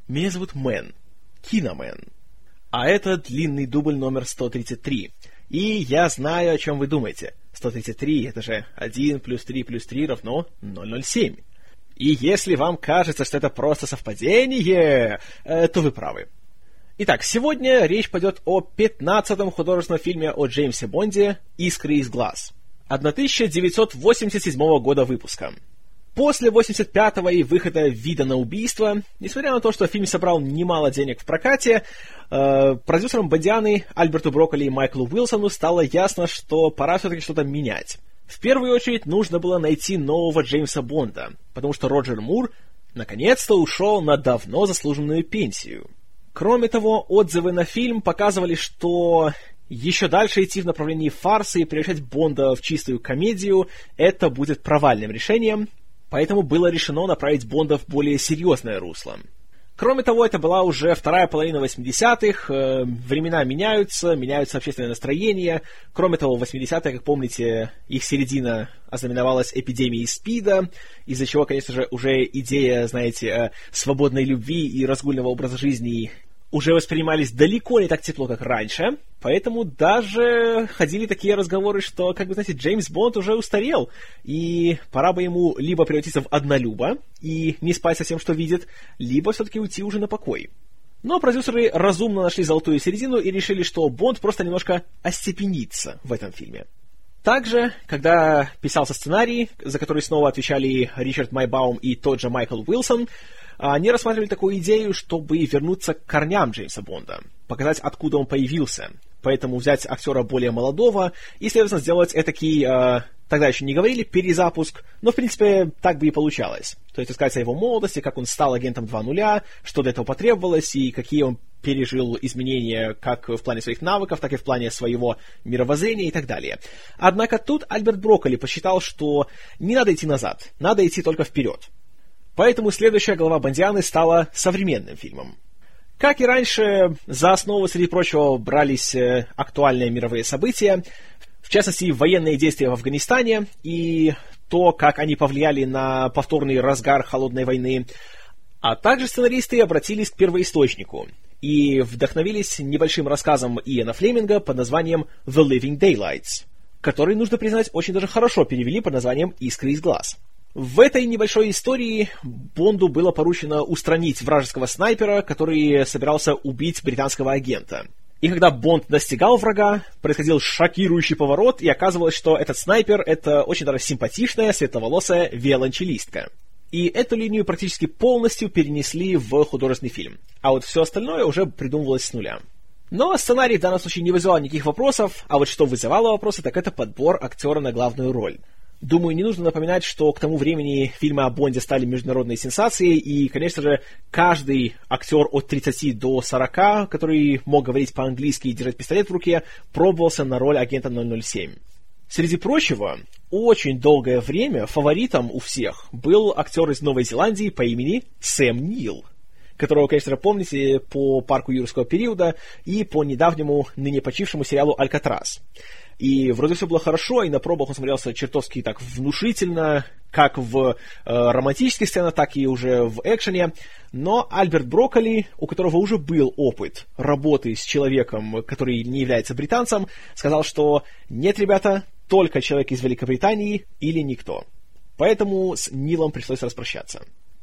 Меня зовут Мэн, Киномэн. А это длинный дубль номер 133. И я знаю, о чем вы думаете. 133 — это же 1 плюс 3 плюс 3 равно 007. И если вам кажется, что это просто совпадение, то вы правы. Итак, сегодня речь пойдет о 15-м художественном фильме о Джеймсе Бонде «Искры из глаз» 1987 года выпуска. После 85-го и выхода «Вида на убийство», несмотря на то, что фильм собрал немало денег в прокате, продюсерам Бондианы Альберту Брокколи и Майклу Уилсону стало ясно, что пора все-таки что-то менять. В первую очередь нужно было найти нового Джеймса Бонда, потому что Роджер Мур наконец-то ушел на давно заслуженную пенсию. Кроме того, отзывы на фильм показывали, что еще дальше идти в направлении фарса и превращать Бонда в чистую комедию — это будет провальным решением, поэтому было решено направить Бонда в более серьезное русло. Кроме того, это была уже вторая половина 80-х, времена меняются общественное настроение. Кроме того, в 80-е, как помните, их середина ознаменовалась эпидемией СПИДа, из-за чего, конечно же, уже идея, знаете, свободной любви и разгульного образа жизни уже воспринимались далеко не так тепло, как раньше, поэтому даже ходили такие разговоры, что, как бы, знаете, Джеймс Бонд уже устарел, и пора бы ему либо превратиться в однолюба и не спать со всем, что видит, либо все-таки уйти уже на покой. Но продюсеры разумно нашли золотую середину и решили, что Бонд просто немножко остепенится в этом фильме. Также, когда писался сценарий, за который снова отвечали Ричард Майбаум и тот же Майкл Уилсон, они рассматривали такую идею, чтобы вернуться к корням Джеймса Бонда, показать, откуда он появился. Поэтому взять актера более молодого и, следовательно, сделать этакий, тогда еще не говорили, перезапуск, но, в принципе, так бы и получалось. То есть рассказать о его молодости, как он стал агентом 2.0, что для этого потребовалось и какие он пережил изменения как в плане своих навыков, так и в плане своего мировоззрения и так далее. Однако тут Альберт Брокколи посчитал, что не надо идти назад, надо идти только вперед. Поэтому следующая глава Бондианы стала современным фильмом. Как и раньше, за основу, среди прочего, брались актуальные мировые события, в частности, военные действия в Афганистане и то, как они повлияли на повторный разгар холодной войны, а также сценаристы обратились к первоисточнику и вдохновились небольшим рассказом Иэна Флеминга под названием «The Living Daylights», который, нужно признать, очень даже хорошо перевели под названием «Искры из глаз». В этой небольшой истории Бонду было поручено устранить вражеского снайпера, который собирался убить британского агента. И когда Бонд достигал врага, происходил шокирующий поворот, и оказывалось, что этот снайпер — это очень даже симпатичная, светловолосая виолончелистка. И эту линию практически полностью перенесли в художественный фильм. А вот все остальное уже придумывалось с нуля. Но сценарий в данном случае не вызывал никаких вопросов, а вот что вызывало вопросы, так это подбор актера на главную роль. Думаю, не нужно напоминать, что к тому времени фильмы о Бонде стали международной сенсацией, и, конечно же, каждый актер от 30 до 40, который мог говорить по-английски и держать пистолет в руке, пробовался на роль агента 007. Среди прочего, очень долгое время фаворитом у всех был актер из Новой Зеландии по имени Сэм Нил, которого, конечно же, помните по «Парку юрского периода» и по недавнему, ныне почившему сериалу «Алькатрас». И вроде все было хорошо, и на пробах он смотрелся чертовски так внушительно, как в романтических сценах, так и уже в экшене. Но Альберт Брокколи, у которого уже был опыт работы с человеком, который не является британцем, сказал, что нет, ребята, только человек из Великобритании или никто. Поэтому с Нилом пришлось распрощаться.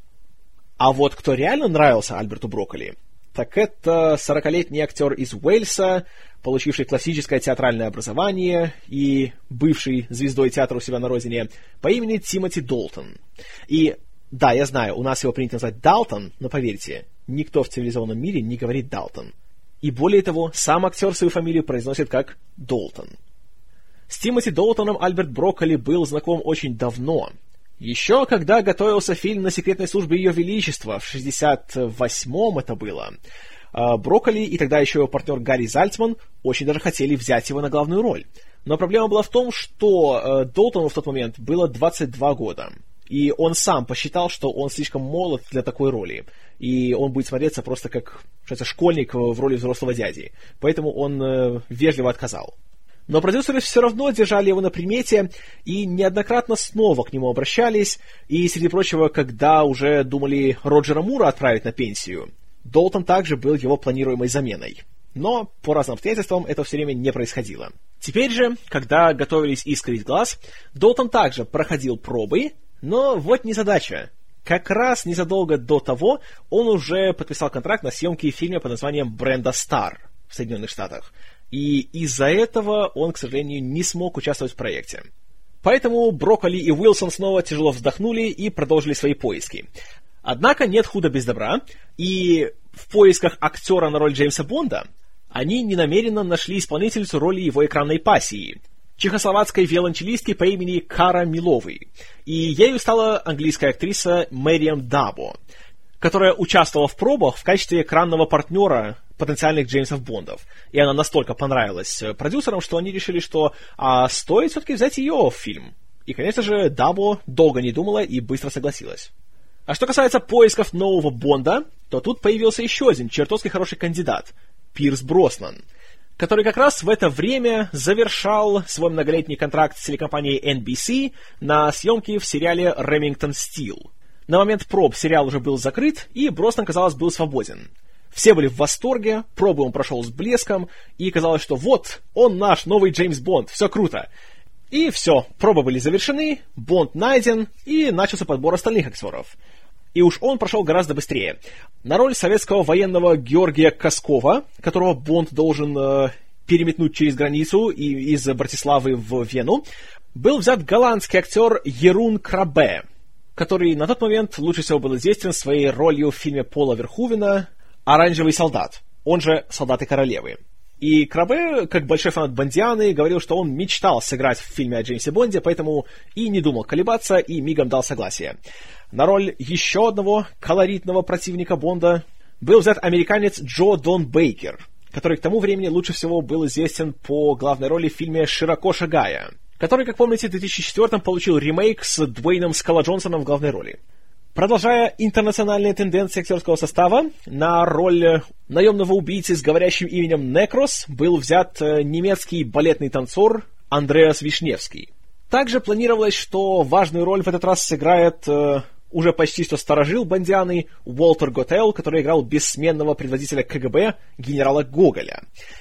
А вот кто реально нравился Альберту Брокколи, так это 40-летний актер из Уэльса, получивший классическое театральное образование и бывший звездой театра у себя на родине, по имени Тимоти Долтон. И да, я знаю, у нас его принято называть Далтон, но поверьте, никто в цивилизованном мире не говорит Далтон. И более того, сам актер свою фамилию произносит как Долтон. С Тимоти Долтоном Альберт Брокколи был знаком очень давно. Еще когда готовился фильм «На секретной службе Ее Величества», в 68-м это было, Брокколи и тогда еще его партнер Гарри Зальцман очень даже хотели взять его на главную роль. Но проблема была в том, что Долтону в тот момент было 22 года. И он сам посчитал, что он слишком молод для такой роли. И он будет смотреться просто как школьник в роли взрослого дяди. Поэтому он вежливо отказал. Но продюсеры все равно держали его на примете и неоднократно снова к нему обращались. И, среди прочего, когда уже думали Роджера Мура отправить на пенсию, Долтон также был его планируемой заменой. Но по разным обстоятельствам это все время не происходило. Теперь же, когда готовились «Искрить глаз», Долтон также проходил пробы, но вот незадача. Как раз незадолго до того он уже подписал контракт на съемки фильма под названием «Бренда Стар» в Соединенных Штатах. И из-за этого он, к сожалению, не смог участвовать в проекте. Поэтому Брокколи и Уилсон снова тяжело вздохнули и продолжили свои поиски. Однако нет худа без добра, и в поисках актера на роль Джеймса Бонда они ненамеренно нашли исполнительницу роли его экранной пассии, чехословацкой виолончелистки по имени Кара Миловой, и ею стала английская актриса Мэриам Дабо, которая участвовала в пробах в качестве экранного партнера потенциальных Джеймсов Бондов. И она настолько понравилась продюсерам, что они решили, что стоит все-таки взять ее в фильм. И, конечно же, Дабо долго не думала и быстро согласилась. А что касается поисков нового Бонда, то тут появился еще один чертовски хороший кандидат — Пирс Броснан, который как раз в это время завершал свой многолетний контракт с телекомпанией NBC на съемки в сериале «Ремингтон Стил». На момент проб сериал уже был закрыт, и Броснан, казалось, был свободен. Все были в восторге, пробы он прошел с блеском, и казалось, что вот, он наш новый Джеймс Бонд, все круто. И все, пробы были завершены, Бонд найден, и начался подбор остальных актеров. И уж он прошел гораздо быстрее. На роль советского военного Георгия Коскова, которого Бонд должен переметнуть через границу из Братиславы в Вену, был взят голландский актер Ерун Крабе, который на тот момент лучше всего был известен своей ролью в фильме Пола Верхувена «Оранжевый солдат», он же «Солдаты королевы». И Крабе, как большой фанат Бондианы, говорил, что он мечтал сыграть в фильме о Джеймсе Бонде, поэтому и не думал колебаться, и мигом дал согласие. На роль еще одного колоритного противника Бонда был взят американец Джо Дон Бейкер, который к тому времени лучше всего был известен по главной роли в фильме «Широко шагая», который, как помните, в 2004-м получил ремейк с Дуэйном Скала Джонсоном в главной роли. Продолжая интернациональные тенденции актерского состава, на роль наемного убийцы с говорящим именем Некрос был взят немецкий балетный танцор Андреас Вишневский. Также планировалось, что важную роль в этот раз сыграет уже почти что старожил Бондианы Уолтер Готелл, который играл бессменного предводителя КГБ генерала Гоголя.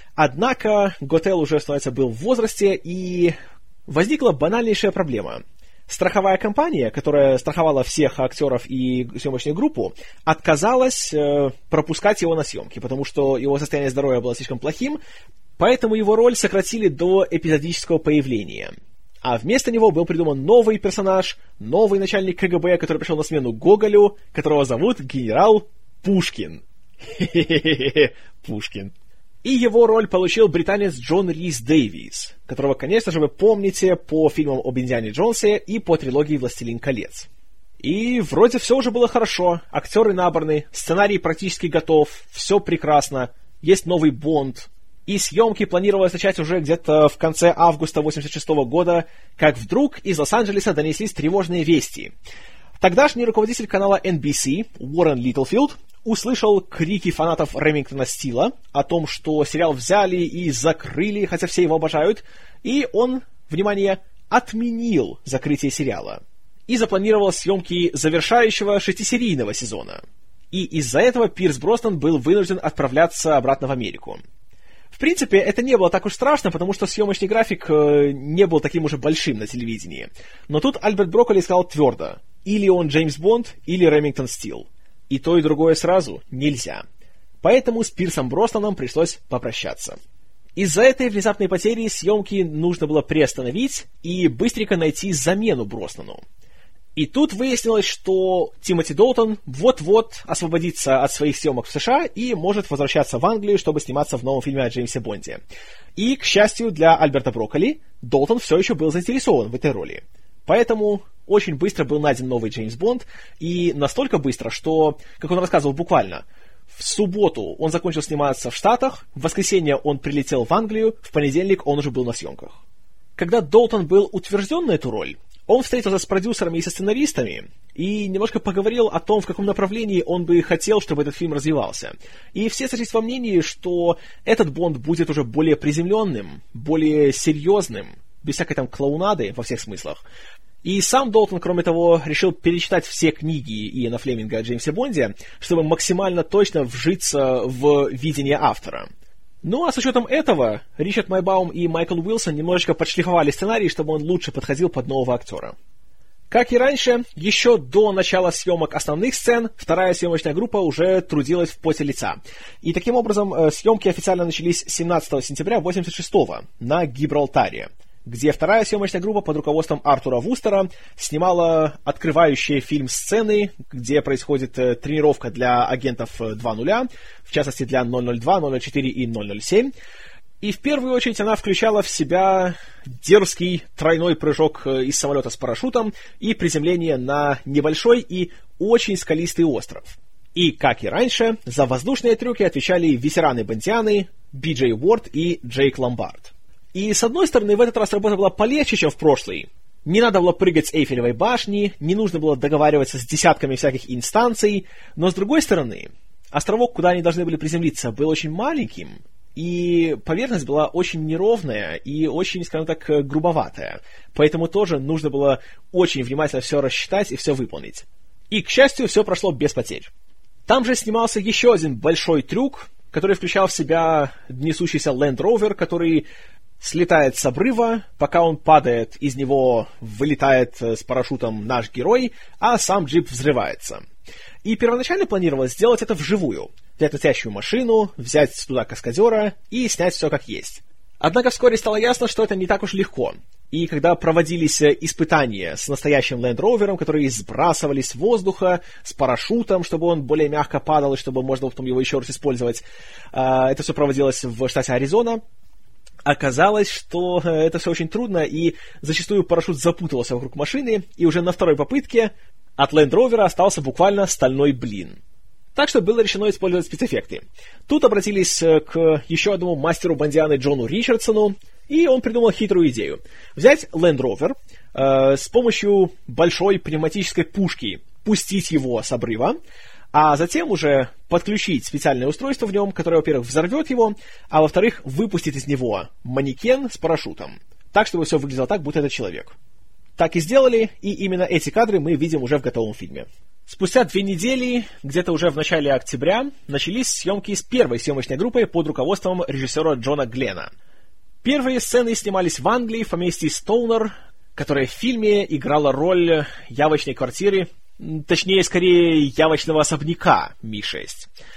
Однако Готелл уже, становится, был в возрасте, и возникла банальнейшая проблема. Страховая компания, которая страховала всех актеров и съемочную группу, отказалась пропускать его на съемки, потому что его состояние здоровья было слишком плохим, поэтому его роль сократили до эпизодического появления. А вместо него был придуман новый персонаж, новый начальник КГБ, который пришел на смену Гоголю, которого зовут генерал Пушкин. Пушкин. И его роль получил британец Джон Рис Дэвис, которого, конечно же, вы помните по фильмам об Индиане Джонсе и по трилогии «Властелин колец». И вроде все уже было хорошо, актеры набраны, сценарий практически готов, все прекрасно, есть новый Бонд. И съемки планировалось начать уже где-то в конце августа 1986 года, как вдруг из Лос-Анджелеса донеслись тревожные вести. Тогдашний руководитель канала NBC Уоррен Литлфилд услышал крики фанатов Ремингтона Стила о том, что сериал взяли и закрыли, хотя все его обожают, и он, внимание, отменил закрытие сериала и запланировал съемки завершающего 6-серийного сезона. И из-за этого Пирс Броснан был вынужден отправляться обратно в Америку. В принципе, это не было так уж страшно, потому что съемочный график не был таким уже большим на телевидении. Но тут Альберт Брокколи сказал твердо: или он Джеймс Бонд, или Ремингтон Стил. И то, и другое сразу нельзя. Поэтому с Пирсом Броснаном пришлось попрощаться. Из-за этой внезапной потери съемки нужно было приостановить и быстренько найти замену Броснану. И тут выяснилось, что Тимоти Долтон вот-вот освободится от своих съемок в США и может возвращаться в Англию, чтобы сниматься в новом фильме о Джеймсе Бонде. И, к счастью для Альберта Брокколи, Долтон все еще был заинтересован в этой роли. Поэтому очень быстро был найден новый Джеймс Бонд, и настолько быстро, что, как он рассказывал буквально, в субботу он закончил сниматься в Штатах, в воскресенье он прилетел в Англию, в понедельник он уже был на съемках. Когда Долтон был утвержден на эту роль, он встретился с продюсерами и со сценаристами и немножко поговорил о том, в каком направлении он бы хотел, чтобы этот фильм развивался. И все сошлись во мнении, что этот Бонд будет уже более приземленным, более серьезным, без всякой там клоунады во всех смыслах. И сам Долтон, кроме того, решил перечитать все книги Иэна Флеминга о Джеймсе Бонде, чтобы максимально точно вжиться в видение автора. Ну а с учетом этого, Ричард Майбаум и Майкл Уилсон немножечко подшлифовали сценарий, чтобы он лучше подходил под нового актера. Как и раньше, еще до начала съемок основных сцен, вторая съемочная группа уже трудилась в поте лица. И таким образом, съемки официально начались 17 сентября 1986 на Гибралтаре, где вторая съемочная группа под руководством Артура Вустера снимала открывающие фильм сцены, где происходит тренировка для агентов 2.0, в частности для 002, 004 и 007. И в первую очередь она включала в себя дерзкий тройной прыжок из самолета с парашютом и приземление на небольшой и очень скалистый остров. И, как и раньше, за воздушные трюки отвечали ветераны-бондианы Би Джей Уорд и Джейк Ломбард. И, с одной стороны, в этот раз работа была полегче, чем в прошлый. Не надо было прыгать с Эйфелевой башни, не нужно было договариваться с десятками всяких инстанций, но, с другой стороны, островок, куда они должны были приземлиться, был очень маленьким, и поверхность была очень неровная и очень, скажем так, грубоватая. Поэтому тоже нужно было очень внимательно все рассчитать и все выполнить. И, к счастью, все прошло без потерь. Там же снимался еще один большой трюк, который включал в себя несущийся Land Rover, который слетает с обрыва, пока он падает, из него вылетает с парашютом наш герой, а сам джип взрывается. И первоначально планировалось сделать это вживую. Взять летящую машину, взять туда каскадера и снять все как есть. Однако вскоре стало ясно, что это не так уж легко. И когда проводились испытания с настоящим Land Rover'ом, которые сбрасывались с воздуха, с парашютом, чтобы он более мягко падал, и чтобы можно было потом его еще раз использовать, это все проводилось в штате Аризона, оказалось, что это все очень трудно, и зачастую парашют запутался вокруг машины, и уже на второй попытке от Land Rover'а остался буквально стальной блин. Так что было решено использовать спецэффекты. Тут обратились к еще одному мастеру бондианы Джону Ричардсону, и он придумал хитрую идею. Взять Land Rover, с помощью большой пневматической пушки пустить его с обрыва, а затем уже подключить специальное устройство в нем, которое, во-первых, взорвет его, а во-вторых, выпустит из него манекен с парашютом. Так, чтобы все выглядело так, будто это человек. Так и сделали, и именно эти кадры мы видим уже в готовом фильме. Спустя 2 недели, где-то уже в начале октября, начались съемки с первой съемочной группой под руководством режиссера Джона Глена. Первые сцены снимались в Англии в поместье Стоунер, которое в фильме играло роль явочной квартиры, точнее, скорее, явочного особняка Ми-6.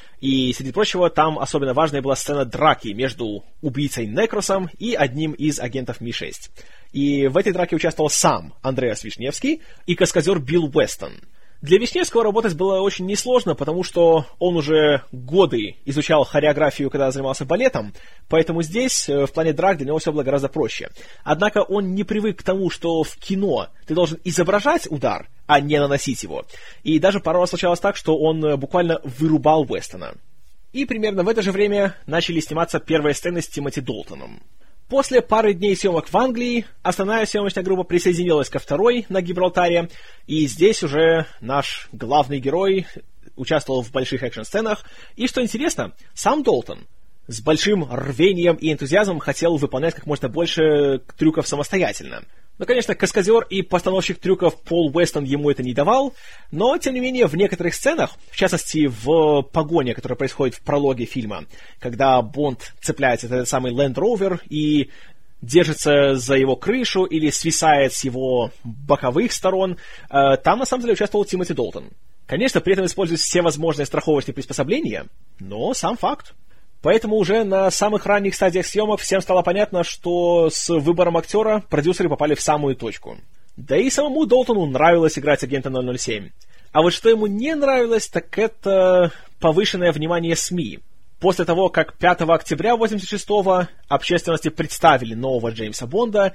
И, среди прочего, там особенно важная была сцена драки между убийцей Некросом и одним из агентов Ми-6. И в этой драке участвовал сам Андреас Вишневский и каскадер Билл Уэстон. Для Вишневского работать было очень несложно, потому что он уже годы изучал хореографию, когда занимался балетом, поэтому здесь, в плане драк, для него все было гораздо проще. Однако он не привык к тому, что в кино ты должен изображать удар, а не наносить его. И даже пару раз случалось так, что он буквально вырубал Уэстона. И примерно в это же время начали сниматься первые сцены с Тимоти Долтоном. После пары дней съемок в Англии основная съемочная группа присоединилась ко второй на Гибралтаре, и здесь уже наш главный герой участвовал в больших экшн-сценах. И, что интересно, сам Долтон с большим рвением и энтузиазмом хотел выполнять как можно больше трюков самостоятельно. Ну, конечно, каскадер и постановщик трюков Пол Уэстон ему это не давал, но, тем не менее, в некоторых сценах, в частности, в погоне, которая происходит в прологе фильма, когда Бонд цепляется за этот самый Land Rover и держится за его крышу или свисает с его боковых сторон, там, на самом деле, участвовал Тимоти Долтон. Конечно, при этом используются все возможные страховочные приспособления, но сам факт. Поэтому уже на самых ранних стадиях съемок всем стало понятно, что с выбором актера продюсеры попали в самую точку. Да и самому Долтону нравилось играть агента 007. А вот что ему не нравилось, так это повышенное внимание СМИ. После того, как 5 октября 1986-го общественности представили нового Джеймса Бонда,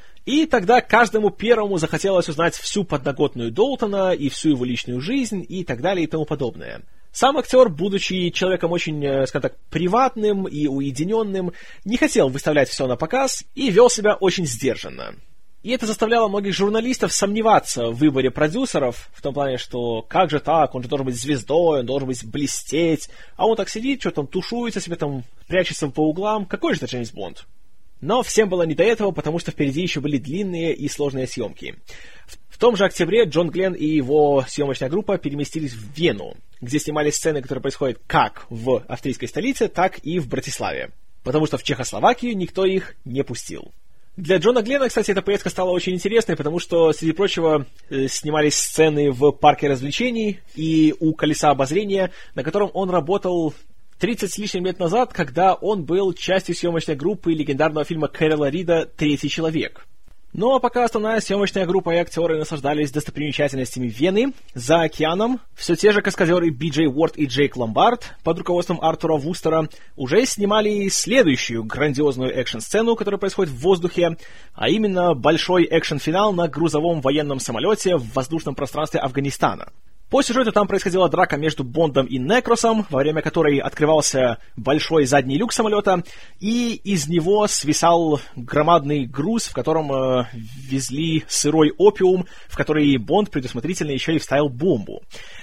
и тогда каждому первому захотелось узнать всю подноготную Долтона и всю его личную жизнь и так далее и тому подобное. Сам актер, будучи человеком очень, скажем так, приватным и уединенным, не хотел выставлять все на показ и вел себя очень сдержанно. И это заставляло многих журналистов сомневаться в выборе продюсеров, в том плане, что как же так, он же должен быть звездой, он должен быть блестеть, а он так сидит, что-то там тушуется себе, там прячется по углам. Какой же это Джеймс Бонд? Но всем было не до этого, потому что впереди еще были длинные и сложные съемки. В том же октябре Джон Гленн и его съемочная группа переместились в Вену, где снимали сцены, которые происходят как в австрийской столице, так и в Братиславе, потому что в Чехословакию никто их не пустил. Для Джона Гленна, кстати, эта поездка стала очень интересной, потому что, среди прочего, снимались сцены в парке развлечений и у колеса обозрения, на котором он работал 30 с лишним лет назад, когда он был частью съемочной группы легендарного фильма Кэррола Рида «Третий человек». Ну а пока основная съемочная группа и актеры наслаждались достопримечательностями Вены, за океаном все те же каскадеры Би-Джей Уорд и Джейк Ломбард под руководством Артура Вустера уже снимали следующую грандиозную экшн-сцену, которая происходит в воздухе, а именно большой экшн-финал на грузовом военном самолете в воздушном пространстве Афганистана. По сюжету там происходила драка между Бондом и Некросом, во время которой открывался большой задний люк самолета, и из него свисал громадный груз, в котором везли сырой опиум, в который Бонд предусмотрительно еще и вставил бомбу.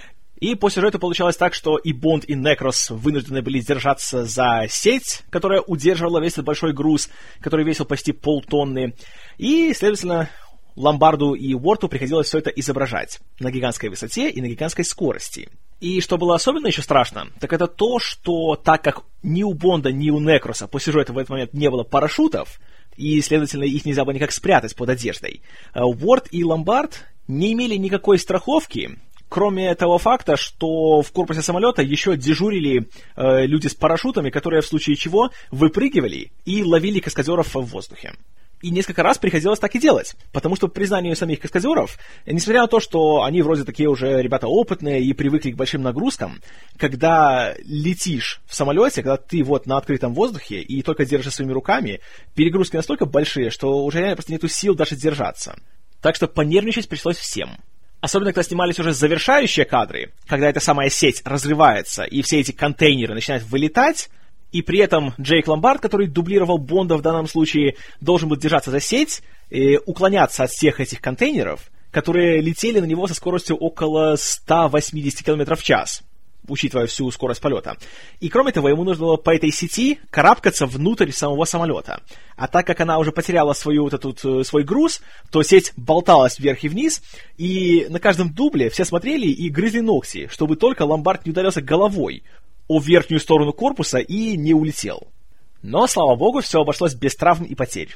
И по сюжету получалось так, что и Бонд, и Некрос вынуждены были держаться за сеть, которая удерживала весь этот большой груз, который весил почти полтонны, и, следовательно, Ломбарду и Уорту приходилось все это изображать на гигантской высоте и на гигантской скорости. И что было особенно еще страшно, так это то, что так как ни у Бонда, ни у Некроса по сюжету в этот момент не было парашютов, и, следовательно, их нельзя было никак спрятать под одеждой, Уорт и Ломбард не имели никакой страховки, кроме того факта, что в корпусе самолета еще дежурили люди с парашютами, которые в случае чего выпрыгивали и ловили каскадеров в воздухе. И несколько раз приходилось так и делать, потому что, по признанию самих каскадеров, несмотря на то, что они вроде такие уже ребята опытные и привыкли к большим нагрузкам, когда летишь в самолете, когда ты вот на открытом воздухе и только держишь своими руками, перегрузки настолько большие, что уже реально просто нету сил даже держаться. Так что понервничать пришлось всем. Особенно, когда снимались уже завершающие кадры, когда эта самая сеть разрывается, и все эти контейнеры начинают вылетать, и при этом Джейк Ломбард, который дублировал Бонда в данном случае, должен был держаться за сеть и уклоняться от всех этих контейнеров, которые летели на него со скоростью около 180 км в час, учитывая всю скорость полета. И кроме того, ему нужно было по этой сети карабкаться внутрь самого самолета. А так как она уже потеряла свой груз, то сеть болталась вверх и вниз, и на каждом дубле все смотрели и грызли ногти, чтобы только Ломбард не ударился головой о верхнюю сторону корпуса и не улетел. Но, слава богу, все обошлось без травм и потерь.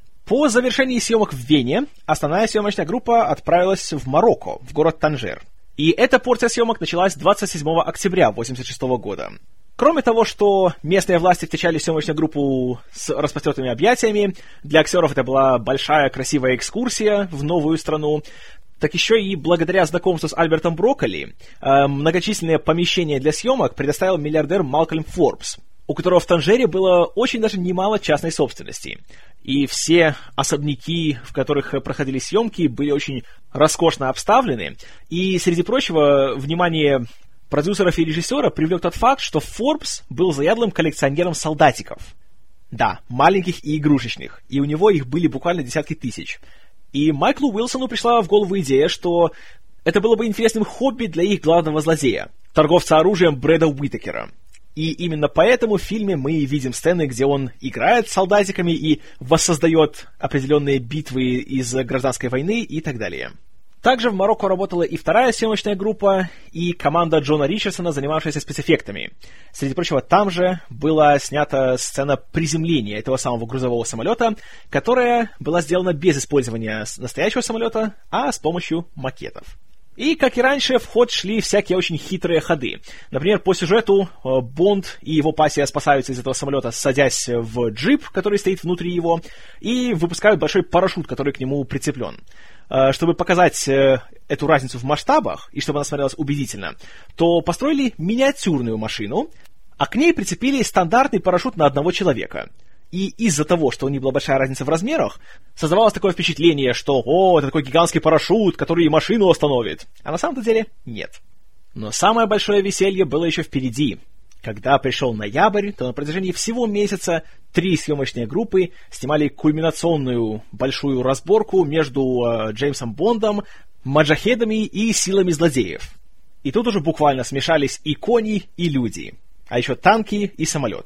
По завершении съемок в Вене основная съемочная группа отправилась в Марокко, в город Танжер. И эта порция съемок началась 27 октября 1986 года. Кроме того, что местные власти встречали съемочную группу с распростертыми объятиями, для актеров это была большая красивая экскурсия в новую страну, так еще и благодаря знакомству с Альбертом Брокколи многочисленные помещения для съемок предоставил миллиардер Малкольм Форбс, у которого в Танжере было очень даже немало частной собственности. И все особняки, в которых проходили съемки, были очень роскошно обставлены. И, среди прочего, внимание продюсеров и режиссера привлек тот факт, что Форбс был заядлым коллекционером солдатиков. Да, маленьких и игрушечных. И у него их были буквально десятки тысяч. И Майклу Уилсону пришла в голову идея, что это было бы интересным хобби для их главного злодея, торговца оружием Брэда Уитакера. И именно поэтому в фильме мы видим сцены, где он играет с солдатиками и воссоздает определенные битвы из гражданской войны и так далее. Также в Марокко работала и вторая съемочная группа, и команда Джона Ричардсона, занимавшаяся спецэффектами. Среди прочего, там же была снята сцена приземления этого самого грузового самолета, которая была сделана без использования настоящего самолета, а с помощью макетов. И, как и раньше, в ход шли всякие очень хитрые ходы. Например, по сюжету Бонд и его пассия спасаются из этого самолета, садясь в джип, который стоит внутри его, и выпускают большой парашют, который к нему прицеплен. Чтобы показать эту разницу в масштабах, и чтобы она смотрелась убедительно, то построили миниатюрную машину, а к ней прицепили стандартный парашют на одного человека. И из-за того, что у них была большая разница в размерах, создавалось такое впечатление, что это такой гигантский парашют, который и машину остановит. А на самом деле нет. Но самое большое веселье было еще впереди. Когда пришел ноябрь, то на протяжении всего месяца 3 съемочные группы снимали кульминационную большую разборку между Джеймсом Бондом, маджахедами и силами злодеев. И тут уже буквально смешались и кони, и люди, а еще танки и самолеты.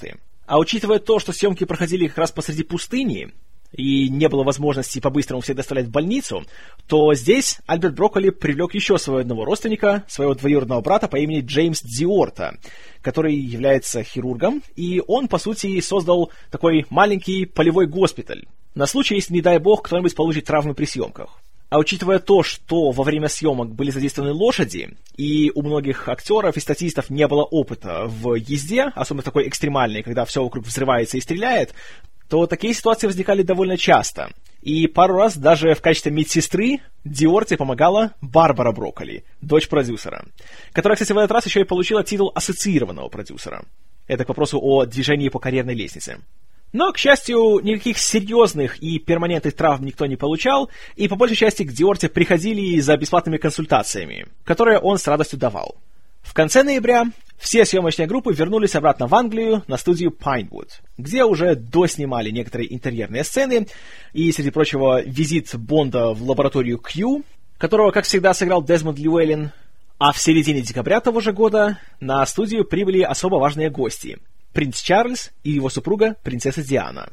А учитывая то, что съемки проходили как раз посреди пустыни, и не было возможности по-быстрому всех доставлять в больницу, то здесь Альберт Брокколи привлек еще своего одного родственника, своего двоюродного брата по имени Джеймс Диорта, который является хирургом, и он, по сути, создал такой маленький полевой госпиталь на случай, если, не дай бог, кто-нибудь получит травмы при съемках. А учитывая то, что во время съемок были задействованы лошади, и у многих актеров и статистов не было опыта в езде, особенно такой экстремальной, когда все вокруг взрывается и стреляет, то такие ситуации возникали довольно часто. И пару раз даже в качестве медсестры Диорте помогала Барбара Брокколи, дочь продюсера, которая, кстати, в этот раз еще и получила титул ассоциированного продюсера. Это к вопросу о движении по карьерной лестнице. Но, к счастью, никаких серьезных и перманентных травм никто не получал, и по большей части к Диорте приходили за бесплатными консультациями, которые он с радостью давал. В конце ноября все съемочные группы вернулись обратно в Англию на студию Pinewood, где уже доснимали некоторые интерьерные сцены, и, среди прочего, визит Бонда в лабораторию Q, которого, как всегда, сыграл Дезмонд Llewellyn, а в середине декабря того же года на студию прибыли особо важные гости – принц Чарльз и его супруга, принцесса Диана.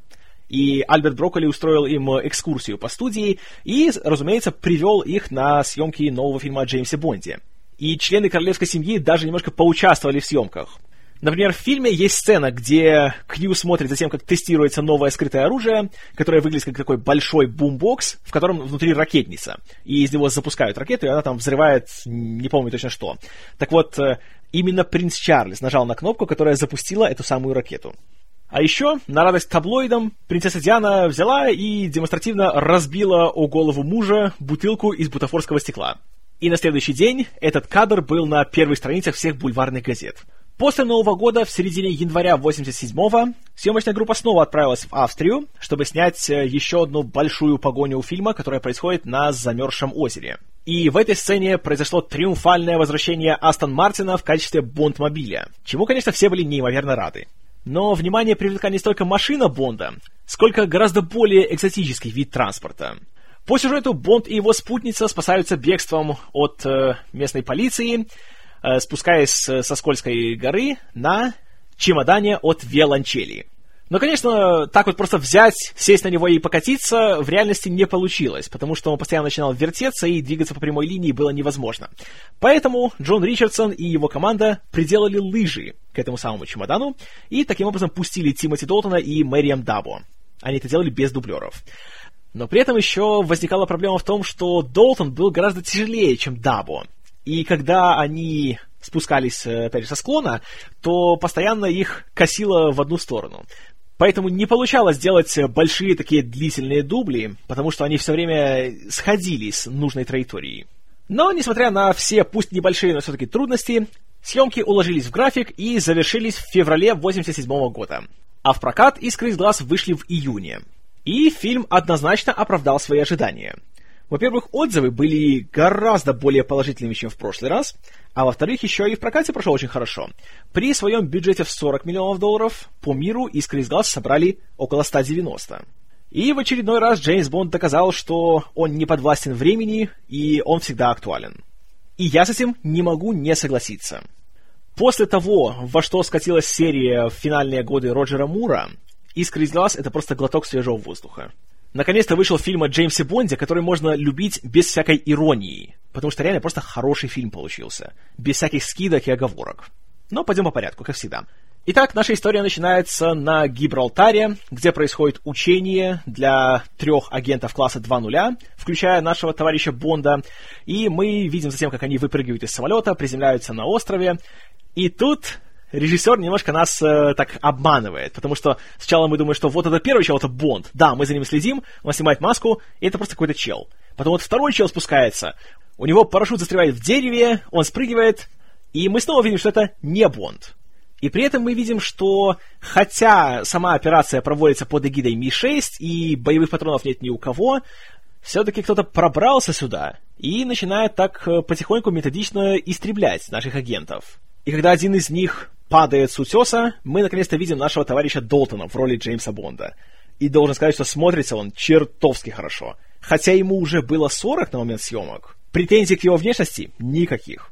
И Альберт Брокколи устроил им экскурсию по студии и, разумеется, привел их на съемки нового фильма о Джеймсе Бонде. И члены королевской семьи даже немножко поучаствовали в съемках. Например, в фильме есть сцена, где Кью смотрит за тем, как тестируется новое скрытое оружие, которое выглядит как такой большой бумбокс, в котором внутри ракетница. И из него запускают ракету, и она там взрывает, не помню точно что. Так вот, именно принц Чарльз нажал на кнопку, которая запустила эту самую ракету. А еще, на радость таблоидам, принцесса Диана взяла и демонстративно разбила о голову мужа бутылку из бутафорского стекла. И на следующий день этот кадр был на первых страницах всех бульварных газет. После Нового года, в середине января 87-го, съемочная группа снова отправилась в Австрию, чтобы снять еще одну большую погоню у фильма, которая происходит на замерзшем озере. И в этой сцене произошло триумфальное возвращение Астон Мартина в качестве Бонд-мобиля, чему, конечно, все были неимоверно рады. Но внимание привлекла не столько машина Бонда, сколько гораздо более экзотический вид транспорта. По сюжету Бонд и его спутница спасаются бегством от местной полиции, спускаясь со скользкой горы на чемодане от виолончели. Но, конечно, так вот просто взять, сесть на него и покатиться в реальности не получилось, потому что он постоянно начинал вертеться, и двигаться по прямой линии было невозможно. Поэтому Джон Ричардсон и его команда приделали лыжи к этому самому чемодану и таким образом пустили Тимоти Долтона и Мэриам Дабо. Они это делали без дублеров. Но при этом еще возникала проблема в том, что Долтон был гораздо тяжелее, чем Дабо. И когда они спускались, опять же, со склона, то постоянно их косило в одну сторону. Поэтому не получалось делать большие такие длительные дубли, потому что они все время сходили с нужной траектории. Но, несмотря на все, пусть небольшие, но все-таки трудности, съемки уложились в график и завершились в феврале 1987 года. А в прокат «Искры из глаз» вышли в июне. И фильм однозначно оправдал свои ожидания. Во-первых, отзывы были гораздо более положительными, чем в прошлый раз, а во-вторых, еще и в прокате прошел очень хорошо. При своем бюджете в $40 миллионов по миру «Искры из глаз» собрали около 190. И в очередной раз Джеймс Бонд доказал, что он не подвластен времени, и он всегда актуален. И я с этим не могу не согласиться. После того, во что скатилась серия в финальные годы Роджера Мура, «Искры из глаз» — это просто глоток свежего воздуха. Наконец-то вышел фильм о Джеймсе Бонде, который можно любить без всякой иронии, потому что реально просто хороший фильм получился, без всяких скидок и оговорок. Но пойдем по порядку, как всегда. Итак, наша история начинается на Гибралтаре, где происходит учение для 3 агентов класса 2.0, включая нашего товарища Бонда, и мы видим затем, как они выпрыгивают из самолета, приземляются на острове, и тут режиссер немножко нас так обманывает, потому что сначала мы думаем, что вот это первый чел, это Бонд, да, мы за ним следим, он снимает маску, и это просто какой-то чел. Потом вот второй чел спускается, у него парашют застревает в дереве, он спрыгивает, и мы снова видим, что это не Бонд. И при этом мы видим, что хотя сама операция проводится под эгидой Ми-6, и боевых патронов нет ни у кого, все-таки кто-то пробрался сюда и начинает так потихоньку методично истреблять наших агентов. И когда один из них падает с утеса, мы наконец-то видим нашего товарища Долтона в роли Джеймса Бонда. И должен сказать, что смотрится он чертовски хорошо. Хотя ему уже было 40 на момент съемок, претензий к его внешности никаких.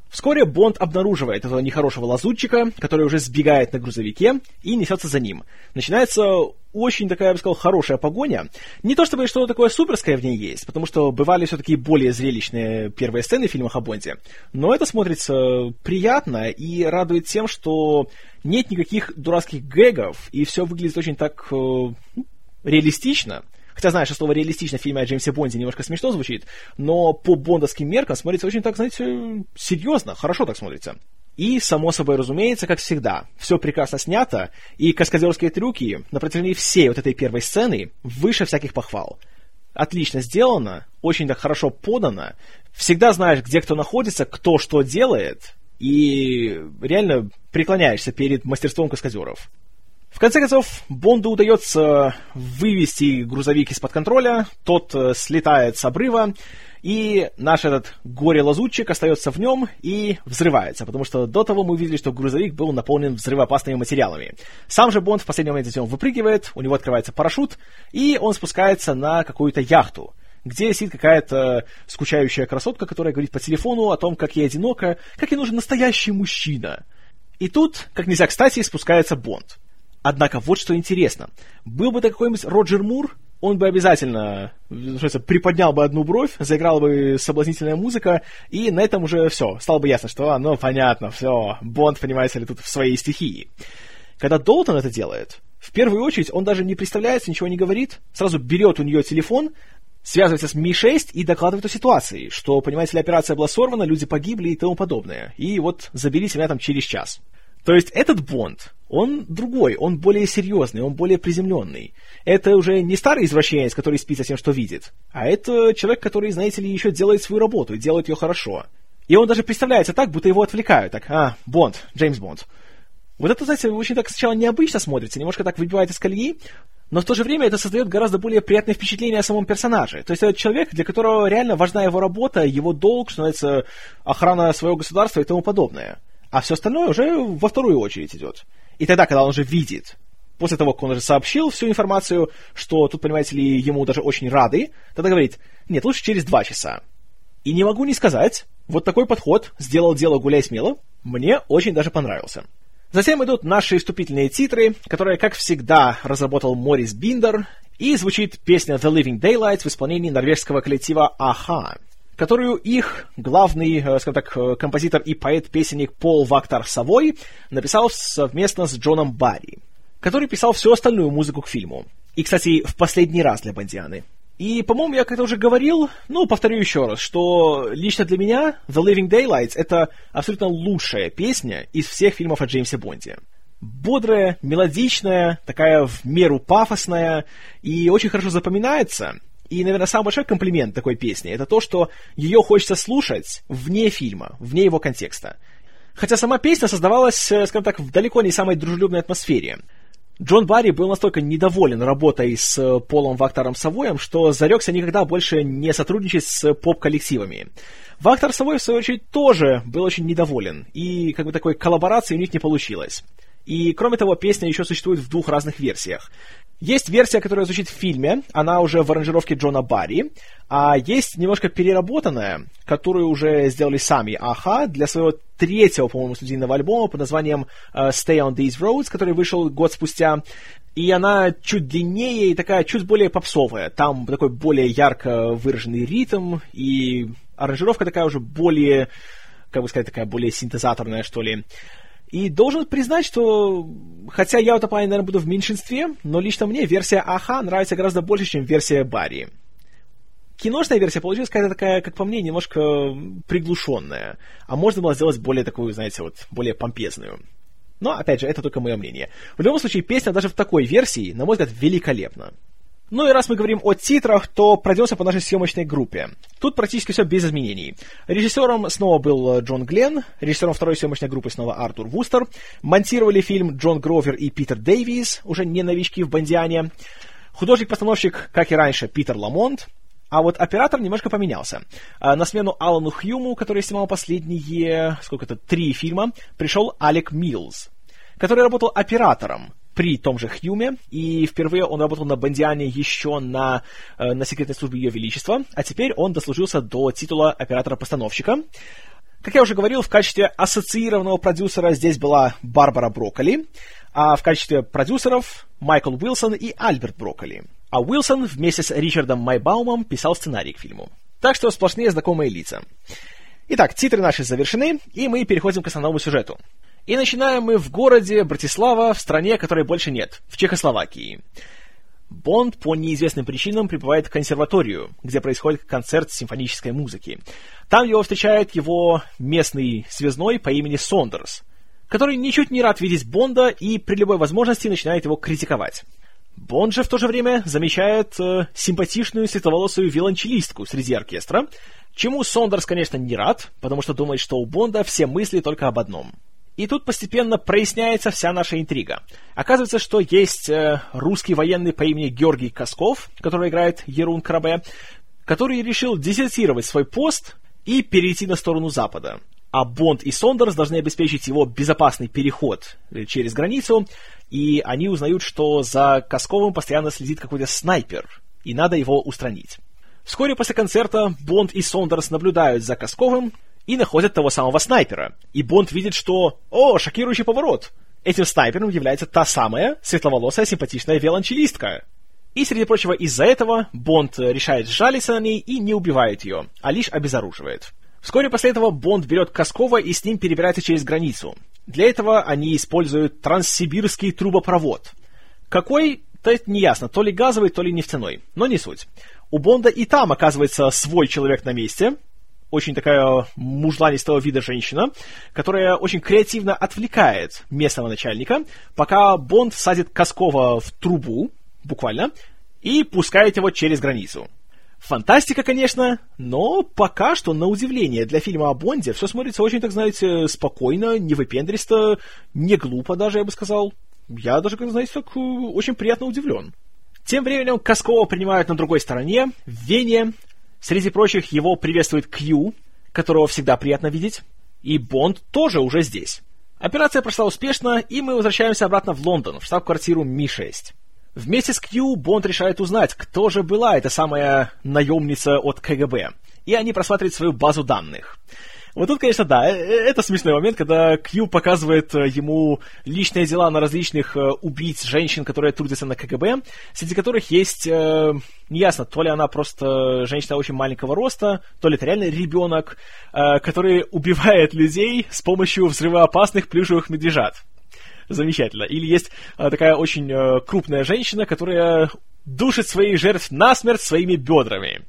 Вскоре Бонд обнаруживает этого нехорошего лазутчика, который уже сбегает на грузовике и несется за ним. Начинается очень такая, я бы сказал, хорошая погоня. Не то чтобы что-то такое суперское в ней есть, потому что бывали все-таки более зрелищные первые сцены в фильмах о Бонде, но это смотрится приятно и радует тем, что нет никаких дурацких гэгов, и все выглядит очень так реалистично. Хотя, знаешь, слово «реалистично» в фильме о Джеймсе Бонде немножко смешно звучит, но по бондовским меркам смотрится очень так, знаете, серьезно, хорошо так смотрится. И, само собой разумеется, как всегда, все прекрасно снято, и каскадерские трюки на протяжении всей вот этой первой сцены выше всяких похвал. Отлично сделано, очень так хорошо подано, всегда знаешь, где кто находится, кто что делает, и реально преклоняешься перед мастерством каскадеров. В конце концов, Бонду удается вывести грузовик из-под контроля, тот слетает с обрыва, и наш этот горе-лазутчик остается в нем и взрывается, потому что до того мы увидели, что грузовик был наполнен взрывоопасными материалами. Сам же Бонд в последний момент он выпрыгивает, у него открывается парашют, и он спускается на какую-то яхту, где сидит какая-то скучающая красотка, которая говорит по телефону о том, как ей одиноко, как ей нужен настоящий мужчина. И тут, как нельзя кстати, спускается Бонд. Однако вот что интересно. Был бы какой-нибудь Роджер Мур, он бы обязательно приподнял бы одну бровь, заиграла бы соблазнительная музыка, и на этом уже все, стало бы ясно, что, понятно, все, Бонд, понимаете ли, тут в своей стихии. Когда Долтон это делает, в первую очередь он даже не представляется, ничего не говорит, сразу берет у нее телефон, связывается с Ми-6 и докладывает о ситуации, что, понимаете ли, операция была сорвана, люди погибли и тому подобное. И вот заберите меня там через час. То есть этот Бонд, он другой, он более серьезный, он более приземленный. Это уже не старый извращенец, который спит со тем, что видит, а это человек, который, знаете ли, еще делает свою работу и делает ее хорошо. И он даже представляется так, будто его отвлекают. Так, Бонд, Джеймс Бонд. Вот это, знаете, очень так сначала необычно смотрится, немножко так выбивает из колеи, но в то же время это создает гораздо более приятное впечатление о самом персонаже. То есть это человек, для которого реально важна его работа, его долг, что называется, охрана своего государства и тому подобное. А все остальное уже во вторую очередь идет. И тогда, когда он уже видит, после того, как он уже сообщил всю информацию, что тут, понимаете ли, ему даже очень рады, тогда говорит, нет, лучше через 2 часа. И не могу не сказать, вот такой подход, сделал дело, гуляй смело, мне очень даже понравился. Затем идут наши вступительные титры, которые, как всегда, разработал Морис Биндер, и звучит песня The Living Daylights в исполнении норвежского коллектива А.Х., которую их главный, скажем так, композитор и поэт-песенник Пол Вактар Савой написал совместно с Джоном Барри, который писал всю остальную музыку к фильму. И, кстати, в последний раз для Бондианы. И, по-моему, я как-то уже говорил, повторю еще раз, что лично для меня The Living Daylights — это абсолютно лучшая песня из всех фильмов о Джеймсе Бонде. Бодрая, мелодичная, такая в меру пафосная и очень хорошо запоминается. И, наверное, самый большой комплимент такой песни — это то, что ее хочется слушать вне фильма, вне его контекста. Хотя сама песня создавалась, скажем так, в далеко не самой дружелюбной атмосфере. Джон Барри был настолько недоволен работой с Полом Вактаром Савоем, что зарекся никогда больше не сотрудничать с поп-коллективами. Вактар Савой, в свою очередь, тоже был очень недоволен, и такой коллаборации у них не получилось. И, кроме того, песня еще существует в 2 разных версиях. Есть версия, которая звучит в фильме, она уже в аранжировке Джона Барри, а есть немножко переработанная, которую уже сделали сами А.Х. для своего 3-го, по-моему, студийного альбома под названием Stay on These Roads, который вышел год спустя. И она чуть длиннее и такая чуть более попсовая. Там такой более ярко выраженный ритм, и аранжировка такая уже более, такая более синтезаторная, что ли. И должен признать, что, хотя я в этом плане, наверное, буду в меньшинстве, но лично мне версия А.Х. нравится гораздо больше, чем версия Барри. Киношная версия получилась какая-то такая, как по мне, немножко приглушенная. А можно было сделать более такую, знаете, более помпезную. Но, опять же, это только мое мнение. В любом случае, песня даже в такой версии, на мой взгляд, великолепна. Ну и раз мы говорим о титрах, то пройдемся по нашей съемочной группе. Тут практически все без изменений. Режиссером снова был Джон Гленн, режиссером второй съемочной группы снова Артур Вустер. Монтировали фильм Джон Гровер и Питер Дэвис, уже не новички в Бондиане. Художник-постановщик, как и раньше, Питер Ламонт. А вот оператор немножко поменялся. На смену Алану Хьюму, который снимал последние, 3 фильма, пришел Алек Милс, который работал оператором при том же Хьюме, и впервые он работал на Бондиане еще на секретной службе Ее Величества, а теперь он дослужился до титула оператора-постановщика. Как я уже говорил, в качестве ассоциированного продюсера здесь была Барбара Брокколи, а в качестве продюсеров Майкл Уилсон и Альберт Брокколи. А Уилсон вместе с Ричардом Майбаумом писал сценарий к фильму. Так что сплошные знакомые лица. Итак, титры наши завершены, и мы переходим к основному сюжету. И начинаем мы в городе Братислава, в стране, которой больше нет, в Чехословакии. Бонд по неизвестным причинам прибывает в консерваторию, где происходит концерт симфонической музыки. Там его встречает его местный связной по имени Сондерс, который ничуть не рад видеть Бонда и при любой возможности начинает его критиковать. Бонд же в то же время замечает симпатичную светловолосую виолончелистку среди оркестра, чему Сондерс, конечно, не рад, потому что думает, что у Бонда все мысли только об одном. И тут постепенно проясняется вся наша интрига. Оказывается, что есть русский военный по имени Георгий Косков, который играет Ерун Крабе, который решил дезертировать свой пост и перейти на сторону Запада. А Бонд и Сондерс должны обеспечить его безопасный переход через границу, и они узнают, что за Косковым постоянно следит какой-то снайпер, и надо его устранить. Вскоре после концерта Бонд и Сондерс наблюдают за Косковым и находят того самого снайпера. И Бонд видит, что шокирующий поворот! Этим снайпером является та самая светловолосая симпатичная виолончелистка. И, среди прочего, из-за этого Бонд решает сжалиться на ней и не убивает ее, а лишь обезоруживает. Вскоре после этого Бонд берет Коскова и с ним перебирается через границу. Для этого они используют транссибирский трубопровод. Какой? То это неясно, то ли газовый, то ли нефтяной, но не суть. У Бонда и там оказывается свой человек на месте, очень такая мужланистого вида женщина, которая очень креативно отвлекает местного начальника, пока Бонд садит Коскова в трубу, буквально, и пускает его через границу. Фантастика, конечно, но пока что, на удивление, для фильма о Бонде все смотрится очень, так знаете, спокойно, не выпендристо, не глупо даже, я бы сказал. Я даже, как знаете, так очень приятно удивлен. Тем временем Коскова принимают на другой стороне, в Вене. Среди прочих его приветствует Кью, которого всегда приятно видеть, и Бонд тоже уже здесь. Операция прошла успешно, и мы возвращаемся обратно в Лондон, в штаб-квартиру Ми-6. Вместе с Кью Бонд решает узнать, кто же была эта самая наемница от КГБ, и они просматривают свою базу данных. Вот тут, конечно, да, это смешной момент, когда Кью показывает ему личные дела на различных убийц женщин, которые трудятся на КГБ, среди которых есть, неясно, то ли она просто женщина очень маленького роста, то ли это реально ребенок, который убивает людей с помощью взрывоопасных плюшевых медвежат. Замечательно. Или есть такая очень крупная женщина, которая душит своих жертв насмерть своими бедрами.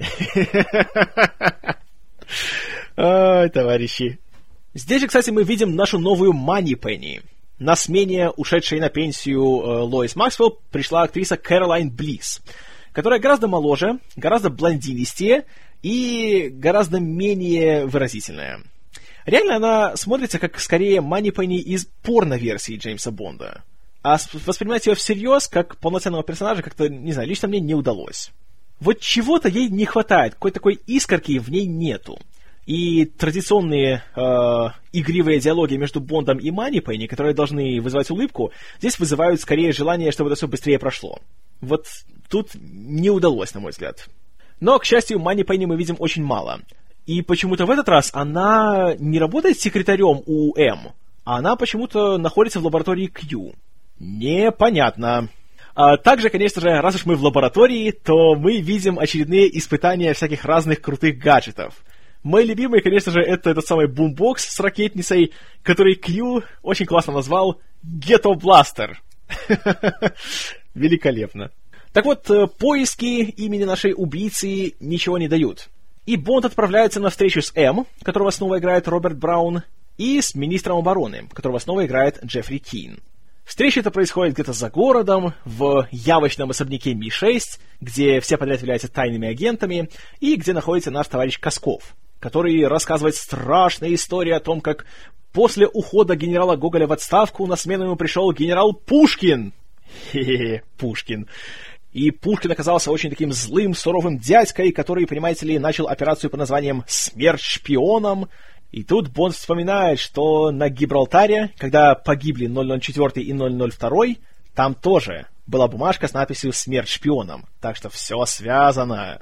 Ой, товарищи. Здесь же, кстати, мы видим нашу новую Манипенни. На смене ушедшей на пенсию Лоис Максвелл пришла актриса Кэролайн Блисс, которая гораздо моложе, гораздо блондинистее и гораздо менее выразительная. Реально она смотрится как скорее Манипенни из порно-версии Джеймса Бонда. А воспринимать ее всерьез как полноценного персонажа как-то, не знаю, лично мне не удалось. Вот чего-то ей не хватает, какой-то такой искорки в ней нету. И традиционные игривые диалоги между Бондом и Манипенни, которые должны вызывать улыбку, здесь вызывают скорее желание, чтобы это все быстрее прошло. Вот тут не удалось, на мой взгляд. Но, к счастью, Манипенни мы видим очень мало. И почему-то в этот раз она не работает секретарем у М, а она почему-то находится в лаборатории Q. Непонятно. Также, конечно же, раз уж мы в лаборатории, то мы видим очередные испытания всяких разных крутых гаджетов. Мой любимый, конечно же, это этот самый бумбокс с ракетницей, который Q очень классно назвал Ghetto Blaster. Великолепно. Так вот, поиски имени нашей убийцы ничего не дают. И Бонд отправляется на встречу с М, которого снова играет Роберт Браун, и с министром обороны, которого снова играет Джеффри Кин. Встреча эта происходит где-то за городом, в явочном особняке Ми-6, где все подряд являются тайными агентами, и где находится наш товарищ Косков, который рассказывает страшные истории о том, как после ухода генерала Гоголя в отставку на смену ему пришел генерал Пушкин. Хе-хе, Пушкин. И Пушкин оказался очень таким злым, суровым дядькой, который, понимаете ли, начал операцию под названием «Смерть шпионам». И тут Бонд вспоминает, что на Гибралтаре, когда погибли 004 и 002, там тоже была бумажка с надписью «Смерть шпионам». Так что все связано.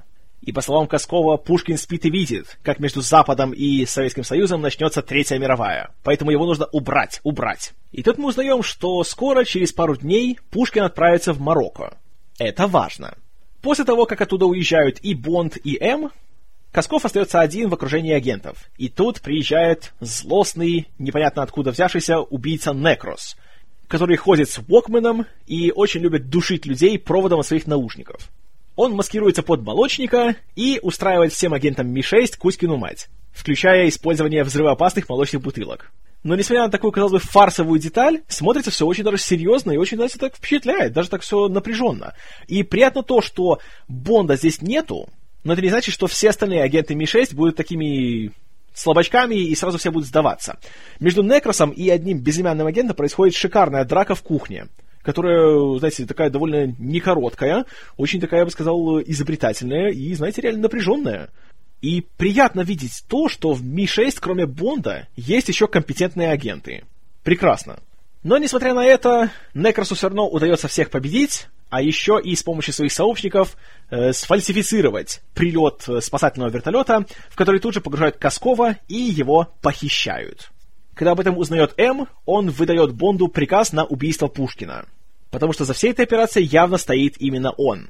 И, по словам Каскова, Пушкин спит и видит, как между Западом и Советским Союзом начнется Третья мировая. Поэтому его нужно убрать. И тут мы узнаем, что скоро, через пару дней, Пушкин отправится в Марокко. Это важно. После того, как оттуда уезжают и Бонд, и М, Касков остается один в окружении агентов. И тут приезжает злостный, непонятно откуда взявшийся убийца Некрос, который ходит с Уокменом и очень любит душить людей проводом от своих наушников. Он маскируется под молочника и устраивает всем агентам Ми-6 Кузькину мать, включая использование взрывоопасных молочных бутылок. Но, несмотря на такую, казалось бы, фарсовую деталь, смотрится все очень даже серьезно и очень, знаете, так впечатляет, даже так все напряженно. И приятно то, что Бонда здесь нету, но это не значит, что все остальные агенты Ми-6 будут такими слабачками и сразу все будут сдаваться. Между Некросом и одним безымянным агентом происходит шикарная драка в кухне, которая, знаете, такая довольно некороткая, очень такая, я бы сказал, изобретательная и, знаете, реально напряженная. И приятно видеть то, что в Ми-6, кроме Бонда, есть еще компетентные агенты. Прекрасно. Но, несмотря на это, Некросу все равно удается всех победить, а еще и с помощью своих сообщников сфальсифицировать прилет спасательного вертолета, в который тут же погружают Каскова и его похищают. Когда об этом узнает М, он выдает Бонду приказ на убийство Пушкина. Потому что за всей этой операцией явно стоит именно он.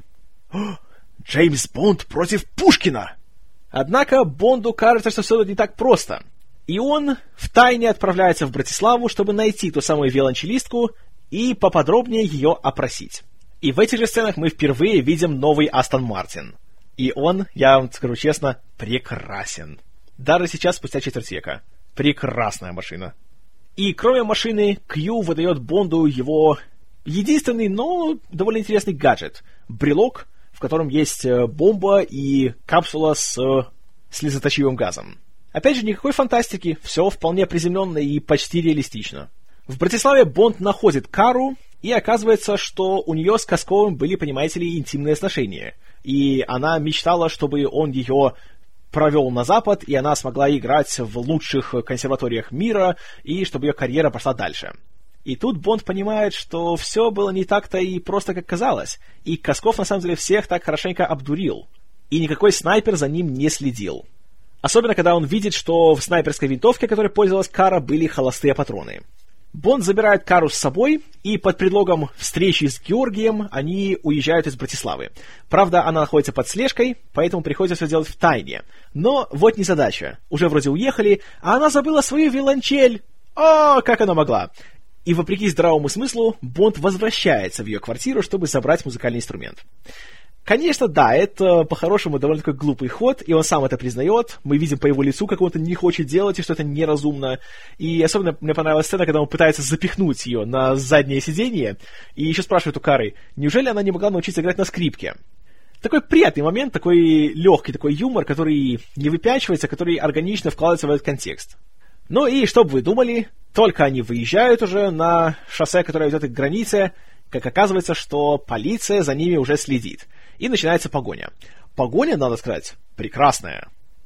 Джеймс Бонд против Пушкина! Однако Бонду кажется, что все это не так просто. И он втайне отправляется в Братиславу, чтобы найти ту самую виолончелистку и поподробнее ее опросить. И в этих же сценах мы впервые видим новый Астон Мартин. И он, я вам скажу честно, прекрасен. Даже сейчас, спустя четверть века. Прекрасная машина. И кроме машины, Кью выдает Бонду его единственный, но довольно интересный гаджет. Брелок, в котором есть бомба и капсула с слезоточивым газом. Опять же, никакой фантастики, все вполне приземленно и почти реалистично. В Братиславе Бонд находит Кару, и оказывается, что у нее с Касковым были, понимаете ли, интимные отношения. И она мечтала, чтобы он ее провел на Запад, и она смогла играть в лучших консерваториях мира, и чтобы ее карьера пошла дальше. И тут Бонд понимает, что все было не так-то и просто, как казалось, и Касков, на самом деле, всех так хорошенько обдурил, и никакой снайпер за ним не следил. Особенно, когда он видит, что в снайперской винтовке, которой пользовалась Кара, были холостые патроны. Бонд забирает Кару с собой, и под предлогом встречи с Георгием они уезжают из Братиславы. Правда, она находится под слежкой, поэтому приходится все делать втайне. Но вот незадача. Уже вроде уехали, а она забыла свою виолончель. О, как она могла! И вопреки здравому смыслу, Бонд возвращается в ее квартиру, чтобы забрать музыкальный инструмент. Конечно, да, это по-хорошему довольно такой глупый ход, и он сам это признает. Мы видим по его лицу, как он это не хочет делать, и что это неразумно. И особенно мне понравилась сцена, когда он пытается запихнуть ее на заднее сиденье, и еще спрашивает у Кары, неужели она не могла научиться играть на скрипке? Такой приятный момент, такой легкий такой юмор, который не выпячивается, который органично вкладывается в этот контекст. Ну и что бы вы думали, только они выезжают уже на шоссе, которое ведет к границе, как оказывается, что полиция за ними уже следит. И начинается погоня. Погоня, надо сказать, прекрасная.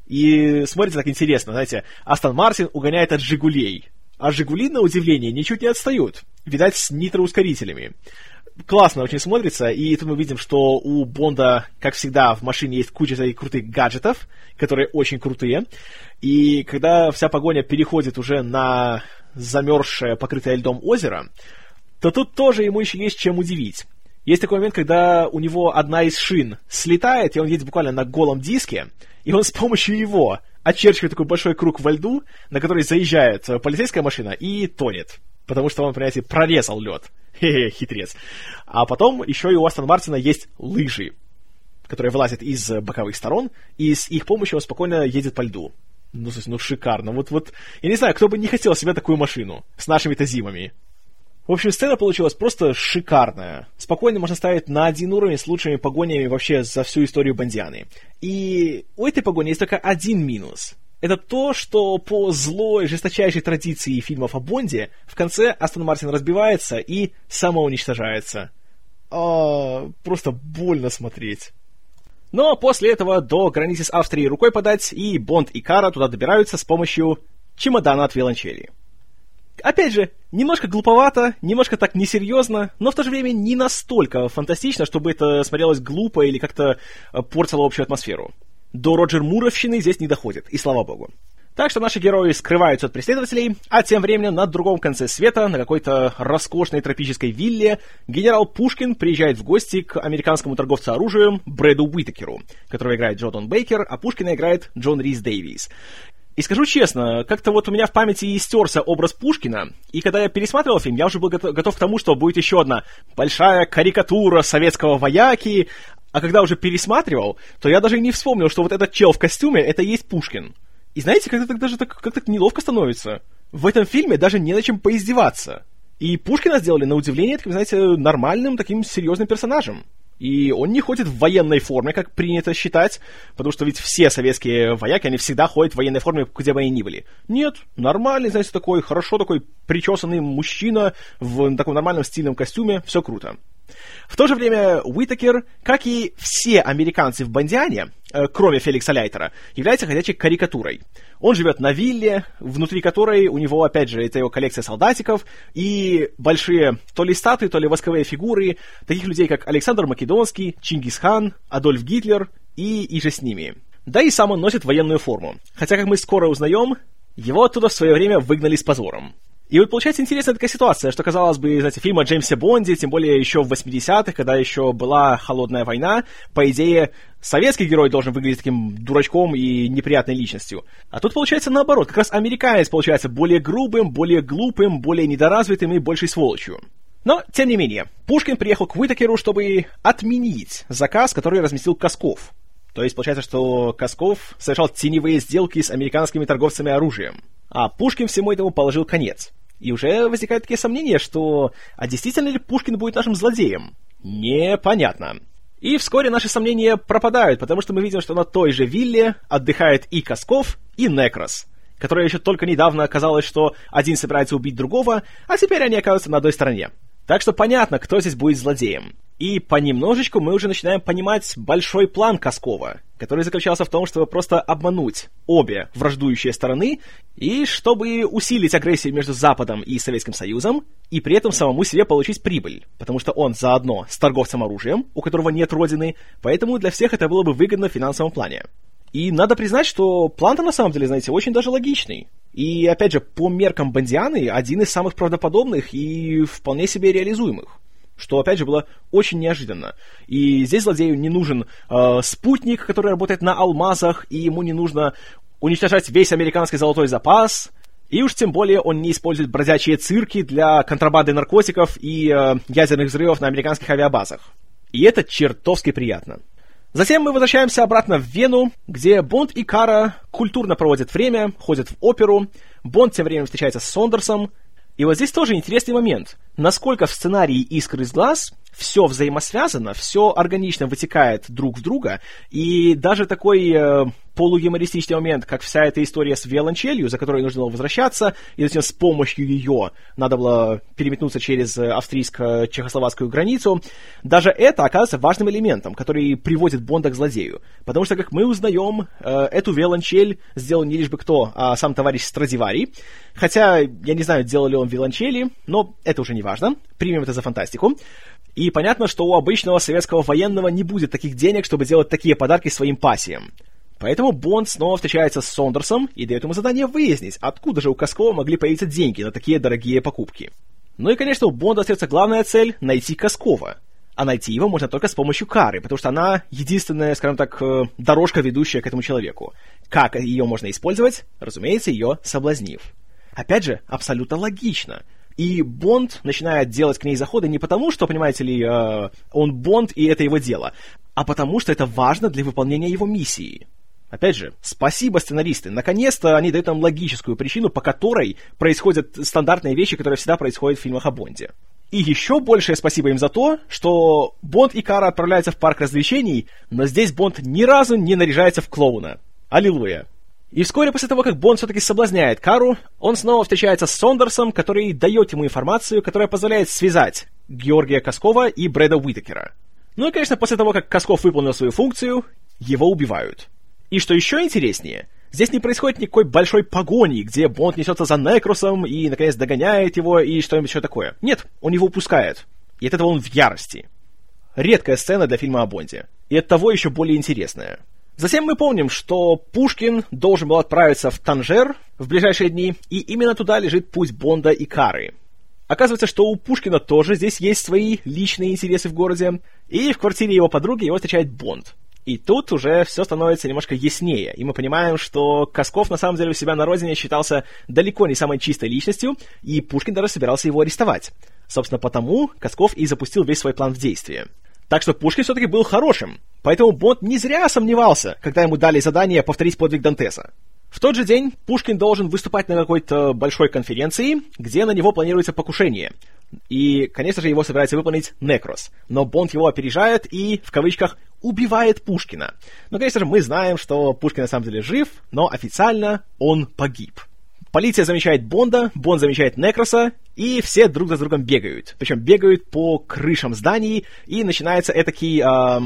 И смотрится так интересно, знаете, Астон Мартин угоняет от Жигулей. А Жигули, на удивление, ничуть не отстают. Видать, с нитроускорителями. Классно очень смотрится, и тут мы видим, что у Бонда, как всегда, в машине есть куча таких крутых гаджетов, которые очень крутые. И когда вся погоня переходит уже на замерзшее, покрытое льдом озеро, то тут тоже ему еще есть чем удивить. Есть такой момент, когда у него одна из шин слетает, и он едет буквально на голом диске, и он с помощью его очерчивает такой большой круг во льду, на который заезжает полицейская машина и тонет. Потому что он, понимаете, прорезал лед. Хе-хе, хитрец. А потом еще и у Астон Мартина есть лыжи, которые вылазят из боковых сторон, и с их помощью он спокойно едет по льду. Ну, слушай, ну шикарно. Вот, я не знаю, кто бы не хотел себе такую машину с нашими-то зимами. В общем, сцена получилась просто шикарная. Спокойно можно ставить на один уровень с лучшими погонями вообще за всю историю Бондианы. И у этой погони есть только один минус. Это то, что по злой, жесточайшей традиции фильмов о Бонде в конце Астон Мартин разбивается и самоуничтожается. Просто больно смотреть. Но после этого до границы с Австрией рукой подать, и Бонд и Кара туда добираются с помощью чемодана от виолончели. Опять же, немножко глуповато, немножко так несерьезно, но в то же время не настолько фантастично, чтобы это смотрелось глупо или как-то портило общую атмосферу. До Роджер Муровщины здесь не доходит, и слава богу. Так что наши герои скрываются от преследователей, а тем временем на другом конце света, на какой-то роскошной тропической вилле, генерал Пушкин приезжает в гости к американскому торговцу оружием Брэду Уитакеру, которого играет Джордан Бейкер, а Пушкина играет Джон Рис Дэвис. И скажу честно, как-то вот у меня в памяти и стерся образ Пушкина, и когда я пересматривал фильм, я уже был готов к тому, что будет еще одна большая карикатура советского вояки, а когда уже пересматривал, то я даже и не вспомнил, что вот этот чел в костюме — это и есть Пушкин. И знаете, как-то даже как-то неловко становится. В этом фильме даже не на чем поиздеваться. И Пушкина сделали, на удивление, таким, знаете, нормальным, таким серьезным персонажем. И он не ходит в военной форме, как принято считать, потому что ведь все советские вояки, они всегда ходят в военной форме, где бы они ни были. Нет, нормальный, знаете, такой, хорошо такой причесанный мужчина в таком нормальном стильном костюме, все круто. В то же время Уитакер, как и все американцы в «Бондиане», кроме Феликса Лейтера, является ходячей карикатурой. Он живет на вилле, внутри которой у него, опять же, это его коллекция солдатиков и большие то ли статуи, то ли восковые фигуры таких людей, как Александр Македонский, Чингисхан, Адольф Гитлер и же с ними. Да и сам он носит военную форму. Хотя, как мы скоро узнаем, его оттуда в свое время выгнали с позором. И вот получается интересная такая ситуация, что, казалось бы, знаете, фильм о Джеймсе Бонде, тем более еще в 80-х, когда еще была холодная война, по идее, советский герой должен выглядеть таким дурачком и неприятной личностью. А тут получается наоборот, как раз американец получается более грубым, более глупым, более недоразвитым и большей сволочью. Но, тем не менее, Пушкин приехал к Уитакеру, чтобы отменить заказ, который разместил Косков. То есть получается, что Косков совершал теневые сделки с американскими торговцами оружием. А Пушкин всему этому положил конец. И уже возникают такие сомнения, что... А действительно ли Пушкин будет нашим злодеем? Непонятно. И вскоре наши сомнения пропадают, потому что мы видим, что на той же вилле отдыхает и Косков, и Некрос, которая еще только недавно оказалось, что один собирается убить другого, а теперь они оказываются на одной стороне. Так что понятно, кто здесь будет злодеем. И понемножечку мы уже начинаем понимать большой план Коскова, который заключался в том, чтобы просто обмануть обе враждующие стороны, и чтобы усилить агрессию между Западом и Советским Союзом, и при этом самому себе получить прибыль, потому что он заодно с торговцем оружием, у которого нет родины, поэтому для всех это было бы выгодно в финансовом плане. И надо признать, что план-то на самом деле, знаете, очень даже логичный. И, опять же, по меркам Бондианы, один из самых правдоподобных и вполне себе реализуемых. Что, опять же, было очень неожиданно. И здесь злодею не нужен спутник, который работает на алмазах, и ему не нужно уничтожать весь американский золотой запас, и уж тем более он не использует бродячие цирки для контрабанды наркотиков и ядерных взрывов на американских авиабазах. И это чертовски приятно. Затем мы возвращаемся обратно в Вену, где Бонд и Кара культурно проводят время, ходят в оперу, Бонд тем временем встречается с Сондерсом. И вот здесь тоже интересный момент. Насколько в сценарии «Искры из глаз» все взаимосвязано, все органично вытекает друг в друга, и даже такой полуюмористичный момент, как вся эта история с виолончелью, за которой нужно было возвращаться, и затем с помощью ее надо было переметнуться через австрийско-чехословацкую границу, даже это оказывается важным элементом, который приводит Бонда к злодею. Потому что, как мы узнаем, эту виолончель сделал не лишь бы кто, а сам товарищ Страдивари. Хотя, я не знаю, делал ли он виолончели, но это уже не важно. Примем это за фантастику. И понятно, что у обычного советского военного не будет таких денег, чтобы делать такие подарки своим пассиям. Поэтому Бонд снова встречается с Сондерсом и дает ему задание выяснить, откуда же у Коскова могли появиться деньги на такие дорогие покупки. Ну и, конечно, у Бонда остается главная цель — найти Коскова. А найти его можно только с помощью Кары, потому что она единственная, скажем так, дорожка, ведущая к этому человеку. Как ее можно использовать? Разумеется, ее соблазнив. Опять же, абсолютно логично. И Бонд начинает делать к ней заходы не потому, что, понимаете ли, он Бонд и это его дело, а потому что это важно для выполнения его миссии. Опять же, спасибо, сценаристы. Наконец-то они дают нам логическую причину, по которой происходят стандартные вещи, которые всегда происходят в фильмах о Бонде. И еще большее спасибо им за то, что Бонд и Кара отправляются в парк развлечений, но здесь Бонд ни разу не наряжается в клоуна. Аллилуйя. И вскоре после того, как Бонд все-таки соблазняет Кару, он снова встречается с Сондерсом, который дает ему информацию, которая позволяет связать Георгия Коскова и Брэда Уитакера. Ну и, конечно, после того, как Косков выполнил свою функцию, его убивают. И что еще интереснее, Здесь не происходит никакой большой погони, где Бонд несется за Некросом и, наконец, догоняет его и что-нибудь еще такое. Нет, он его упускает. И от этого он в ярости. Редкая сцена для фильма о Бонде. И оттого еще более интересная. Затем мы помним, что Пушкин должен был отправиться в Танжер в ближайшие дни, и именно туда лежит путь Бонда и Кары. Оказывается, что у Пушкина тоже здесь есть свои личные интересы в городе, и в квартире его подруги его встречает Бонд. И тут уже все становится немножко яснее, и мы понимаем, что Косков на самом деле у себя на родине считался далеко не самой чистой личностью, и Пушкин даже собирался его арестовать. Собственно, потому Косков и запустил весь свой план в действие. Так что Пушкин все-таки был хорошим, поэтому Бонд не зря сомневался, когда ему дали задание повторить подвиг Дантеса. В тот же день Пушкин должен выступать на какой-то большой конференции, где на него планируется покушение. И, конечно же, его собирается выполнить Некрос. Но Бонд его опережает и, в кавычках, убивает Пушкина. Но, конечно же, мы знаем, что Пушкин на самом деле жив, но официально он погиб. Полиция замечает Бонда, Бонд замечает Некроса, и все друг за другом бегают. Причем бегают по крышам зданий, и начинается этакий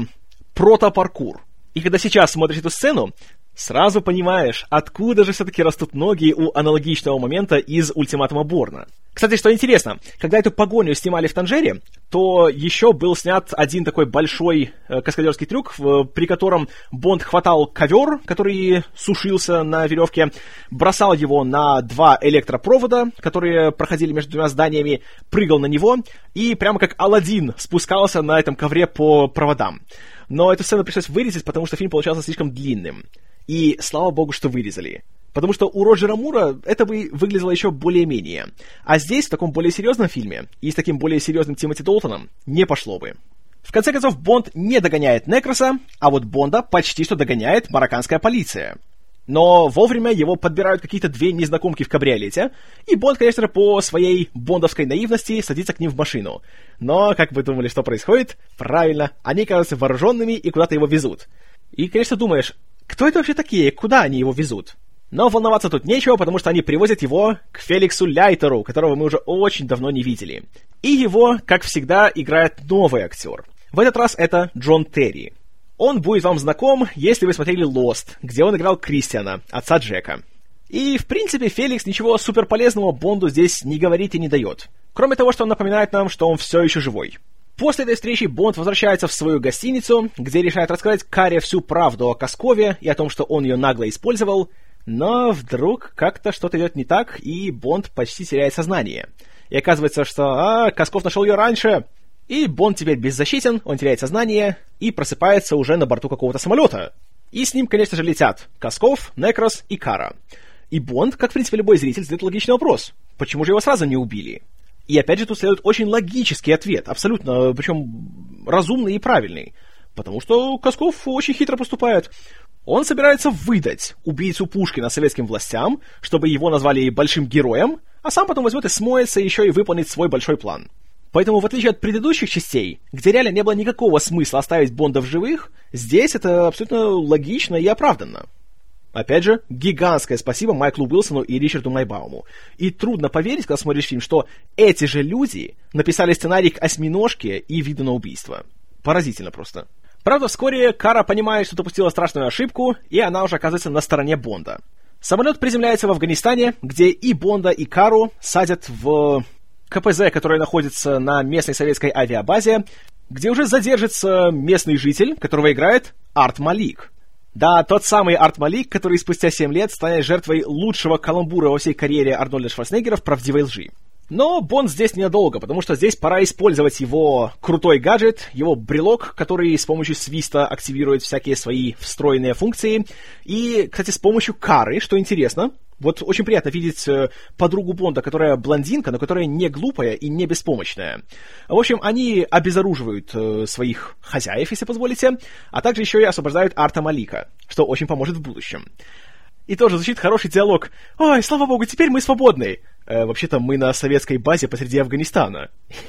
прото-паркур. И когда сейчас смотришь эту сцену, сразу понимаешь, откуда же все-таки растут ноги у аналогичного момента из «Ультиматума Борна». Кстати, что интересно, когда эту погоню снимали в Танжере, то еще был снят один такой большой каскадерский трюк, при котором Бонд хватал ковер, который сушился на веревке, бросал его на 2 электропровода, которые проходили между 2 зданиями, прыгал на него и прямо как Аладдин спускался на этом ковре по проводам. Но эту сцену пришлось вырезать, потому что фильм получался слишком длинным. И слава богу, что вырезали. Потому что у Роджера Мура это бы выглядело еще более-менее. А здесь, в таком более серьезном фильме, и с таким более серьезным Тимоти Долтоном, не пошло бы. В конце концов, Бонд не догоняет Некроса, а вот Бонда почти что догоняет марокканская полиция. Но вовремя его подбирают какие-то 2 незнакомки в кабриолете, и Бонд, конечно же, по своей бондовской наивности садится к ним в машину. Но, как вы думали, что происходит? Правильно, они кажутся вооруженными и куда-то его везут. И, конечно, думаешь, кто это вообще такие, куда они его везут? Но волноваться тут нечего, потому что они привозят его к Феликсу Ляйтеру, которого мы уже очень давно не видели. И его, как всегда, играет новый актер. В этот раз это Джон Терри. Он будет вам знаком, если вы смотрели «Лост», где он играл Кристиана, отца Джека. И, в принципе, Феликс ничего суперполезного Бонду здесь не говорит и не дает. Кроме того, что он напоминает нам, что он все еще живой. После этой встречи Бонд возвращается в свою гостиницу, где решает рассказать Каре всю правду о Коскове и о том, что он ее нагло использовал. Но вдруг как-то что-то идет не так, и Бонд почти теряет сознание. И оказывается, что Косков нашел ее раньше. И Бонд теперь беззащитен, он теряет сознание и просыпается уже на борту какого-то самолета. И с ним, конечно же, летят Косков, Некрос и Кара. И Бонд, как в принципе любой зритель, задает логичный вопрос. Почему же его сразу не убили? И опять же тут следует очень логический ответ, абсолютно, причем разумный и правильный. Потому что Косков очень хитро поступает. Он собирается выдать убийцу Пушкина советским властям, чтобы его назвали большим героем, а сам потом возьмет и смоется еще и выполнит свой большой план. Поэтому, в отличие от предыдущих частей, где реально не было никакого смысла оставить Бонда в живых, здесь это абсолютно логично и оправданно. Опять же, гигантское спасибо Майклу Уилсону и Ричарду Майбауму. И трудно поверить, когда смотришь фильм, что эти же люди написали сценарий к «Осьминожке» и «Виду на убийство». Поразительно просто. Правда, вскоре Кара понимает, что допустила страшную ошибку, и она уже оказывается на стороне Бонда. Самолет приземляется в Афганистане, где и Бонда, и Кару садят в КПЗ, которое находится на местной советской авиабазе, где уже задержится местный житель, которого играет Арт Малик. Да, тот самый Арт Малик, который спустя 7 лет станет жертвой лучшего каламбура во всей карьере Арнольда Шварценеггера в «Правдивой лжи». Но Бонд здесь ненадолго, потому что здесь пора использовать его крутой гаджет, его брелок, который с помощью свиста активирует всякие свои встроенные функции. И, кстати, с помощью Кары, что интересно, вот очень приятно видеть подругу Бонда, которая блондинка, но которая не глупая и не беспомощная. В общем, они обезоруживают своих хозяев, если позволите, а также еще и освобождают Арта Малика, что очень поможет в будущем. И тоже звучит хороший диалог. «Ой, слава богу, теперь мы свободны!» Вообще-то мы на советской базе посреди Афганистана.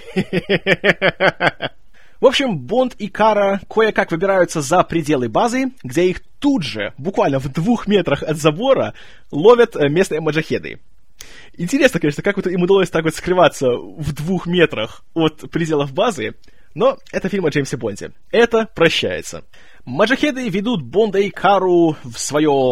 В общем, Бонд и Кара кое-как выбираются за пределы базы, где их тут же, буквально в 2 метрах от забора, ловят местные маджахеды. Интересно, конечно, как вот им удалось так вот скрываться в 2 метрах от пределов базы, но это фильм о Джеймсе Бонде. Это прощается. Маджахеды ведут Бонда и Кару в свое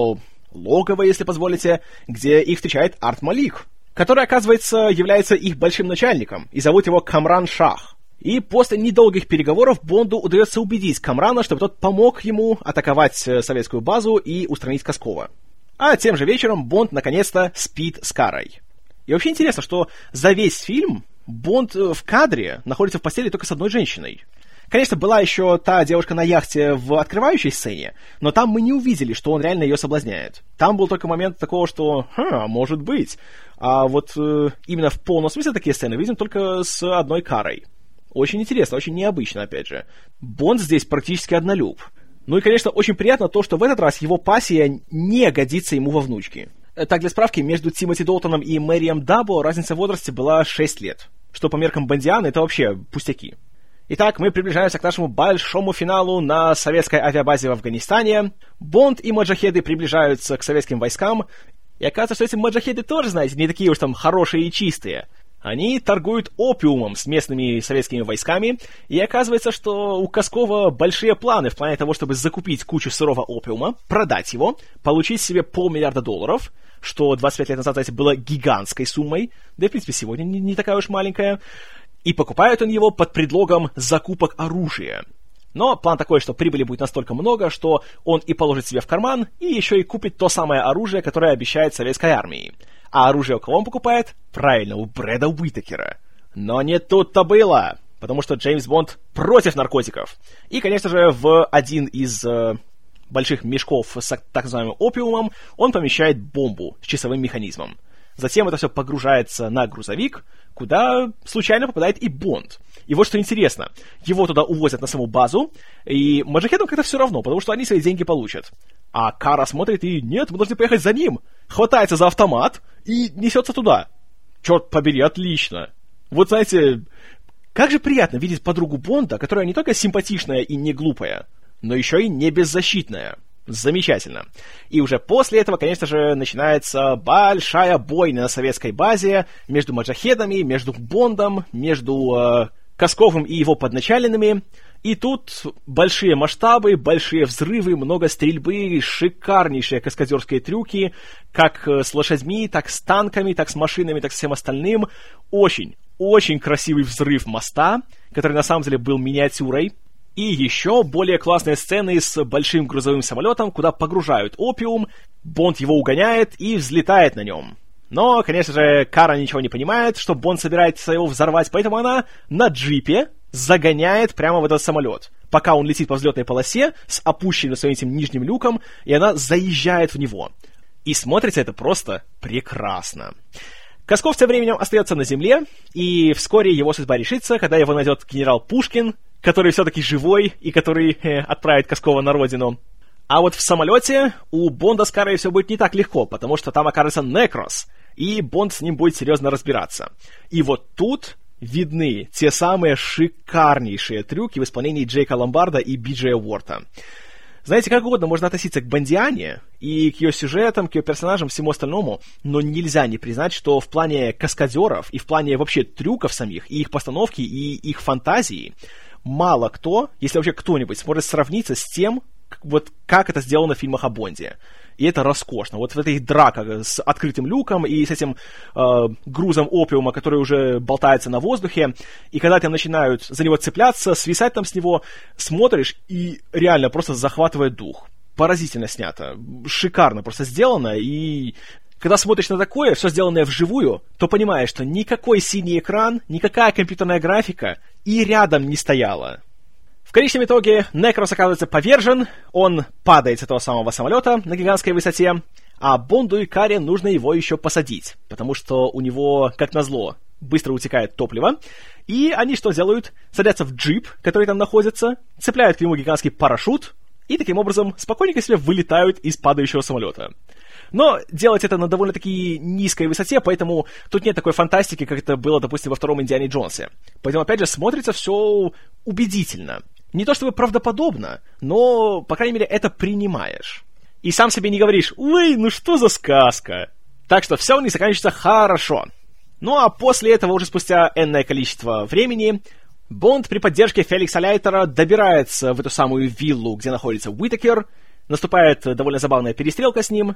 логово, если позволите, где их встречает Арт Малик, который, оказывается, является их большим начальником, и зовут его Камран Шах. И после недолгих переговоров Бонду удается убедить Камрана, чтобы тот помог ему атаковать советскую базу и устранить Коскова. А тем же вечером Бонд наконец-то спит с Карой. И вообще интересно, что за весь фильм Бонд в кадре находится в постели только с одной женщиной. Конечно, была еще та девушка на яхте в открывающей сцене, но там мы не увидели, что он реально ее соблазняет. Там был только момент такого, что может быть. А вот именно в полном смысле такие сцены видим только с одной Карой. Очень интересно, очень необычно, опять же. Бонд здесь практически однолюб. Ну и, конечно, очень приятно то, что в этот раз его пассия не годится ему во внучки. Так, для справки, между Тимоти Долтоном и Мэрием Дабо разница в возрасте была 6 лет. Что по меркам Бондианы это вообще пустяки. Итак, мы приближаемся к нашему большому финалу на советской авиабазе в Афганистане. Бонд и маджахеды приближаются к советским войскам. И оказывается, что эти маджахеды тоже, знаете, не такие уж там хорошие и чистые. Они торгуют опиумом с местными советскими войсками, и оказывается, что у Коскова большие планы в плане того, чтобы закупить кучу сырого опиума, продать его, получить себе $500 миллиарда, что 25 лет назад, кстати, было гигантской суммой, да и, в принципе, сегодня не такая уж маленькая, и покупает он его под предлогом закупок оружия. Но план такой, что прибыли будет настолько много, что он и положит себе в карман, и еще и купит то самое оружие, которое обещает советской армии. А оружие у кого он покупает? Правильно, у Брэда Уитакера. Но не тут-то было, потому что Джеймс Бонд против наркотиков. И, конечно же, в один из больших мешков с так называемым опиумом он помещает бомбу с часовым механизмом. Затем это все погружается на грузовик, куда случайно попадает и Бонд. И вот что интересно, его туда увозят на саму базу, и маджахедам как-то все равно, потому что они свои деньги получат. А Кара смотрит и нет, мы должны поехать за ним. Хватается за автомат и несется туда. Черт побери, отлично. Вот знаете, как же приятно видеть подругу Бонда, которая не только симпатичная и не глупая, но еще и не беззащитная. Замечательно. И уже после этого, конечно же, начинается большая бойня на советской базе между маджахедами, между Бондом, между Косковым и его подначаленными. И тут большие масштабы, большие взрывы, много стрельбы, шикарнейшие каскадерские трюки, как с лошадьми, так с танками, так с машинами, так с всем остальным. Очень, очень красивый взрыв моста, который на самом деле был миниатюрой. И еще более классные сцены с большим грузовым самолетом, куда погружают опиум, Бонд его угоняет и взлетает на нем. Но, конечно же, Кара ничего не понимает, что Бонд собирается его взорвать, поэтому она на джипе загоняет прямо в этот самолет, пока он летит по взлетной полосе с опущенным своим этим нижним люком, и она заезжает в него. И смотрится это просто прекрасно. Косков тем временем остается на земле, и вскоре его судьба решится, когда его найдет генерал Пушкин, который все-таки живой и который отправит Коскова на родину. А вот в самолете у Бонда с Карой все будет не так легко, потому что там окажется Некрос, и Бонд с ним будет серьезно разбираться. И вот тут видны те самые шикарнейшие трюки в исполнении Джейка Ломбарда и Би-Джея Уорта. Знаете, как угодно можно относиться к Бондиане и к ее сюжетам, к ее персонажам, всему остальному, но нельзя не признать, что в плане каскадеров и в плане вообще трюков самих, и их постановки, и их фантазии, мало кто, если вообще кто-нибудь, сможет сравниться с тем, вот как это сделано в фильмах о Бонде. И это роскошно. Вот в этой драке с открытым люком и с этим грузом опиума, который уже болтается на воздухе, и когда там начинают за него цепляться, свисать там с него, смотришь, и реально просто захватывает дух. Поразительно снято. Шикарно просто сделано, и когда смотришь на такое, все сделанное вживую, то понимаешь, что никакой синий экран, никакая компьютерная графика и рядом не стояла. В конечном итоге Некрос оказывается повержен, он падает с этого самого самолета на гигантской высоте, а Бонду и Каре нужно его еще посадить, потому что у него, как назло, быстро утекает топливо, и они что делают? Садятся в джип, который там находится, цепляют к нему гигантский парашют, и таким образом спокойненько себе вылетают из падающего самолета. Но делать это на довольно-таки низкой высоте, поэтому тут нет такой фантастики, как это было, допустим, во втором «Индиане Джонсе». Поэтому, опять же, смотрится все убедительно. Не то чтобы правдоподобно, но, по крайней мере, это принимаешь. И сам себе не говоришь: «Ой, ну что за сказка?» Так что все у них заканчивается хорошо. Ну а после этого, уже спустя энное количество времени, Бонд при поддержке Феликса Лейтера добирается в эту самую виллу, где находится Уитакер. Наступает довольно забавная перестрелка с ним.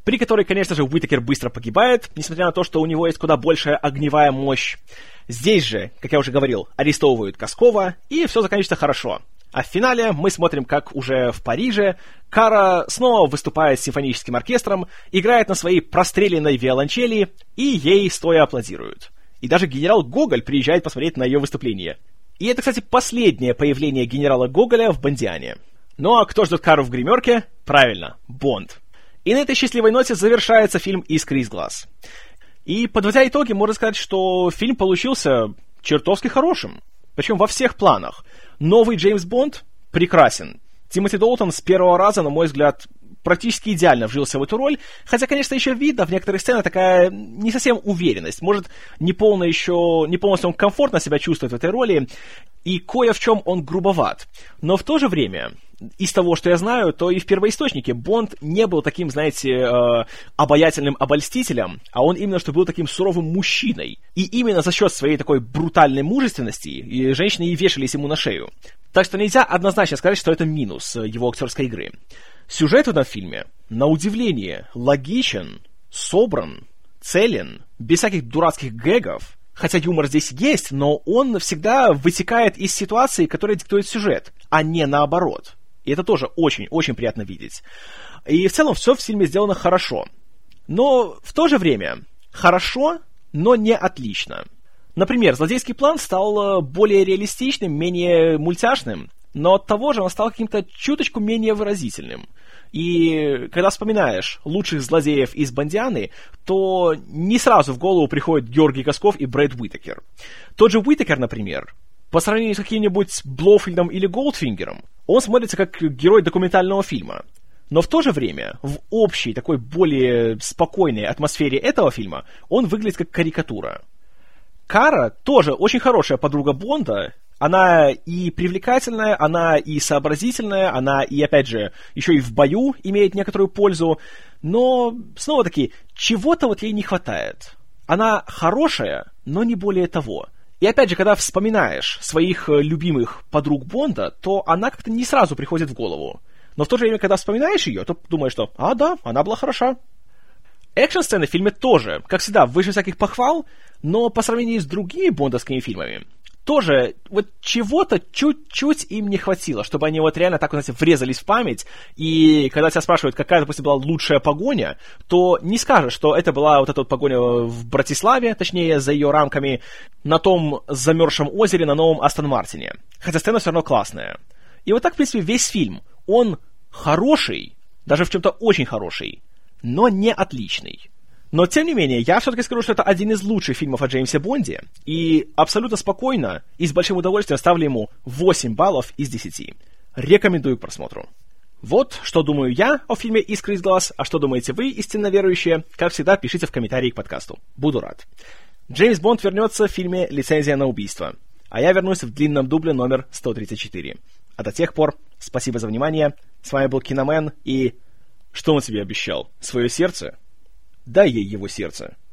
при которой, конечно же, Уитакер быстро погибает, несмотря на то, что у него есть куда большая огневая мощь. Здесь же, как я уже говорил, арестовывают Коскова, и все заканчивается хорошо. А в финале мы смотрим, как уже в Париже Кара снова выступает с симфоническим оркестром, играет на своей простреленной виолончели, и ей стоя аплодируют. И даже генерал Гоголь приезжает посмотреть на ее выступление. И это, кстати, последнее появление генерала Гоголя в «Бондиане». Ну а кто ждет Кару в гримерке? Правильно, Бонд. И на этой счастливой ноте завершается фильм «Искры из глаз». И, подводя итоги, можно сказать, что фильм получился чертовски хорошим. Причем во всех планах. Новый Джеймс Бонд прекрасен. Тимоти Долтон с первого раза, на мой взгляд, практически идеально вжился в эту роль, хотя, конечно, еще видно в некоторых сценах такая не совсем уверенность. Может, не полностью он комфортно себя чувствует в этой роли, и кое в чем он грубоват. Но в то же время, из того, что я знаю, то и в первоисточнике Бонд не был таким, знаете, обаятельным обольстителем, а он именно что был таким суровым мужчиной. И именно за счет своей такой брутальной мужественности и женщины и вешались ему на шею. Так что нельзя однозначно сказать, что это минус его актерской игры. Сюжет в этом фильме, на удивление, логичен, собран, целен, без всяких дурацких гэгов. Хотя юмор здесь есть, но он всегда вытекает из ситуации, которая диктует сюжет, а не наоборот. И это тоже очень-очень приятно видеть. И в целом все в фильме сделано хорошо. Но в то же время хорошо, но не отлично. Например, злодейский план стал более реалистичным, менее мультяшным, но от того же он стал каким-то чуточку менее выразительным. И когда вспоминаешь лучших злодеев из «Бондианы», то не сразу в голову приходят Георгий Косков и Брэд Уитакер. Тот же Уитакер, например, по сравнению с каким-нибудь Блоуфилдом или Голдфингером, он смотрится как герой документального фильма. Но в то же время, в общей, такой более спокойной атмосфере этого фильма, он выглядит как карикатура. Кара тоже очень хорошая подруга Бонда. Она и привлекательная, она и сообразительная, она и, опять же, еще и в бою имеет некоторую пользу. Но, снова-таки, чего-то вот ей не хватает. Она хорошая, но не более того. И опять же, когда вспоминаешь своих любимых подруг Бонда, то она как-то не сразу приходит в голову. Но в то же время, когда вспоминаешь ее, то думаешь, что да, она была хороша. Экшн-сцены в фильме тоже, как всегда, выше всяких похвал, но по сравнению с другими бондовскими фильмами, тоже вот чего-то чуть-чуть им не хватило, чтобы они вот реально так, знаете, врезались в память, и когда тебя спрашивают, какая, допустим, была лучшая погоня, то не скажешь, что это была вот эта вот погоня в Братиславе, точнее, за ее рамками, на том замерзшем озере на новом Астон Мартине. Хотя сцена все равно классная. И вот так, в принципе, весь фильм. Он хороший, даже в чем-то очень хороший, но не отличный. Но, тем не менее, я все-таки скажу, что это один из лучших фильмов о Джеймсе Бонде, и абсолютно спокойно и с большим удовольствием ставлю ему 8 баллов из 10. Рекомендую к просмотру. Вот, что думаю я о фильме «Искры из глаз», а что думаете вы, истинно верующие, как всегда, пишите в комментарии к подкасту. Буду рад. Джеймс Бонд вернется в фильме «Лицензия на убийство», а я вернусь в длинном дубле номер 134. А до тех пор, спасибо за внимание, с вами был Киномен, и... Что он тебе обещал? Свое сердце? Дай ей его сердце.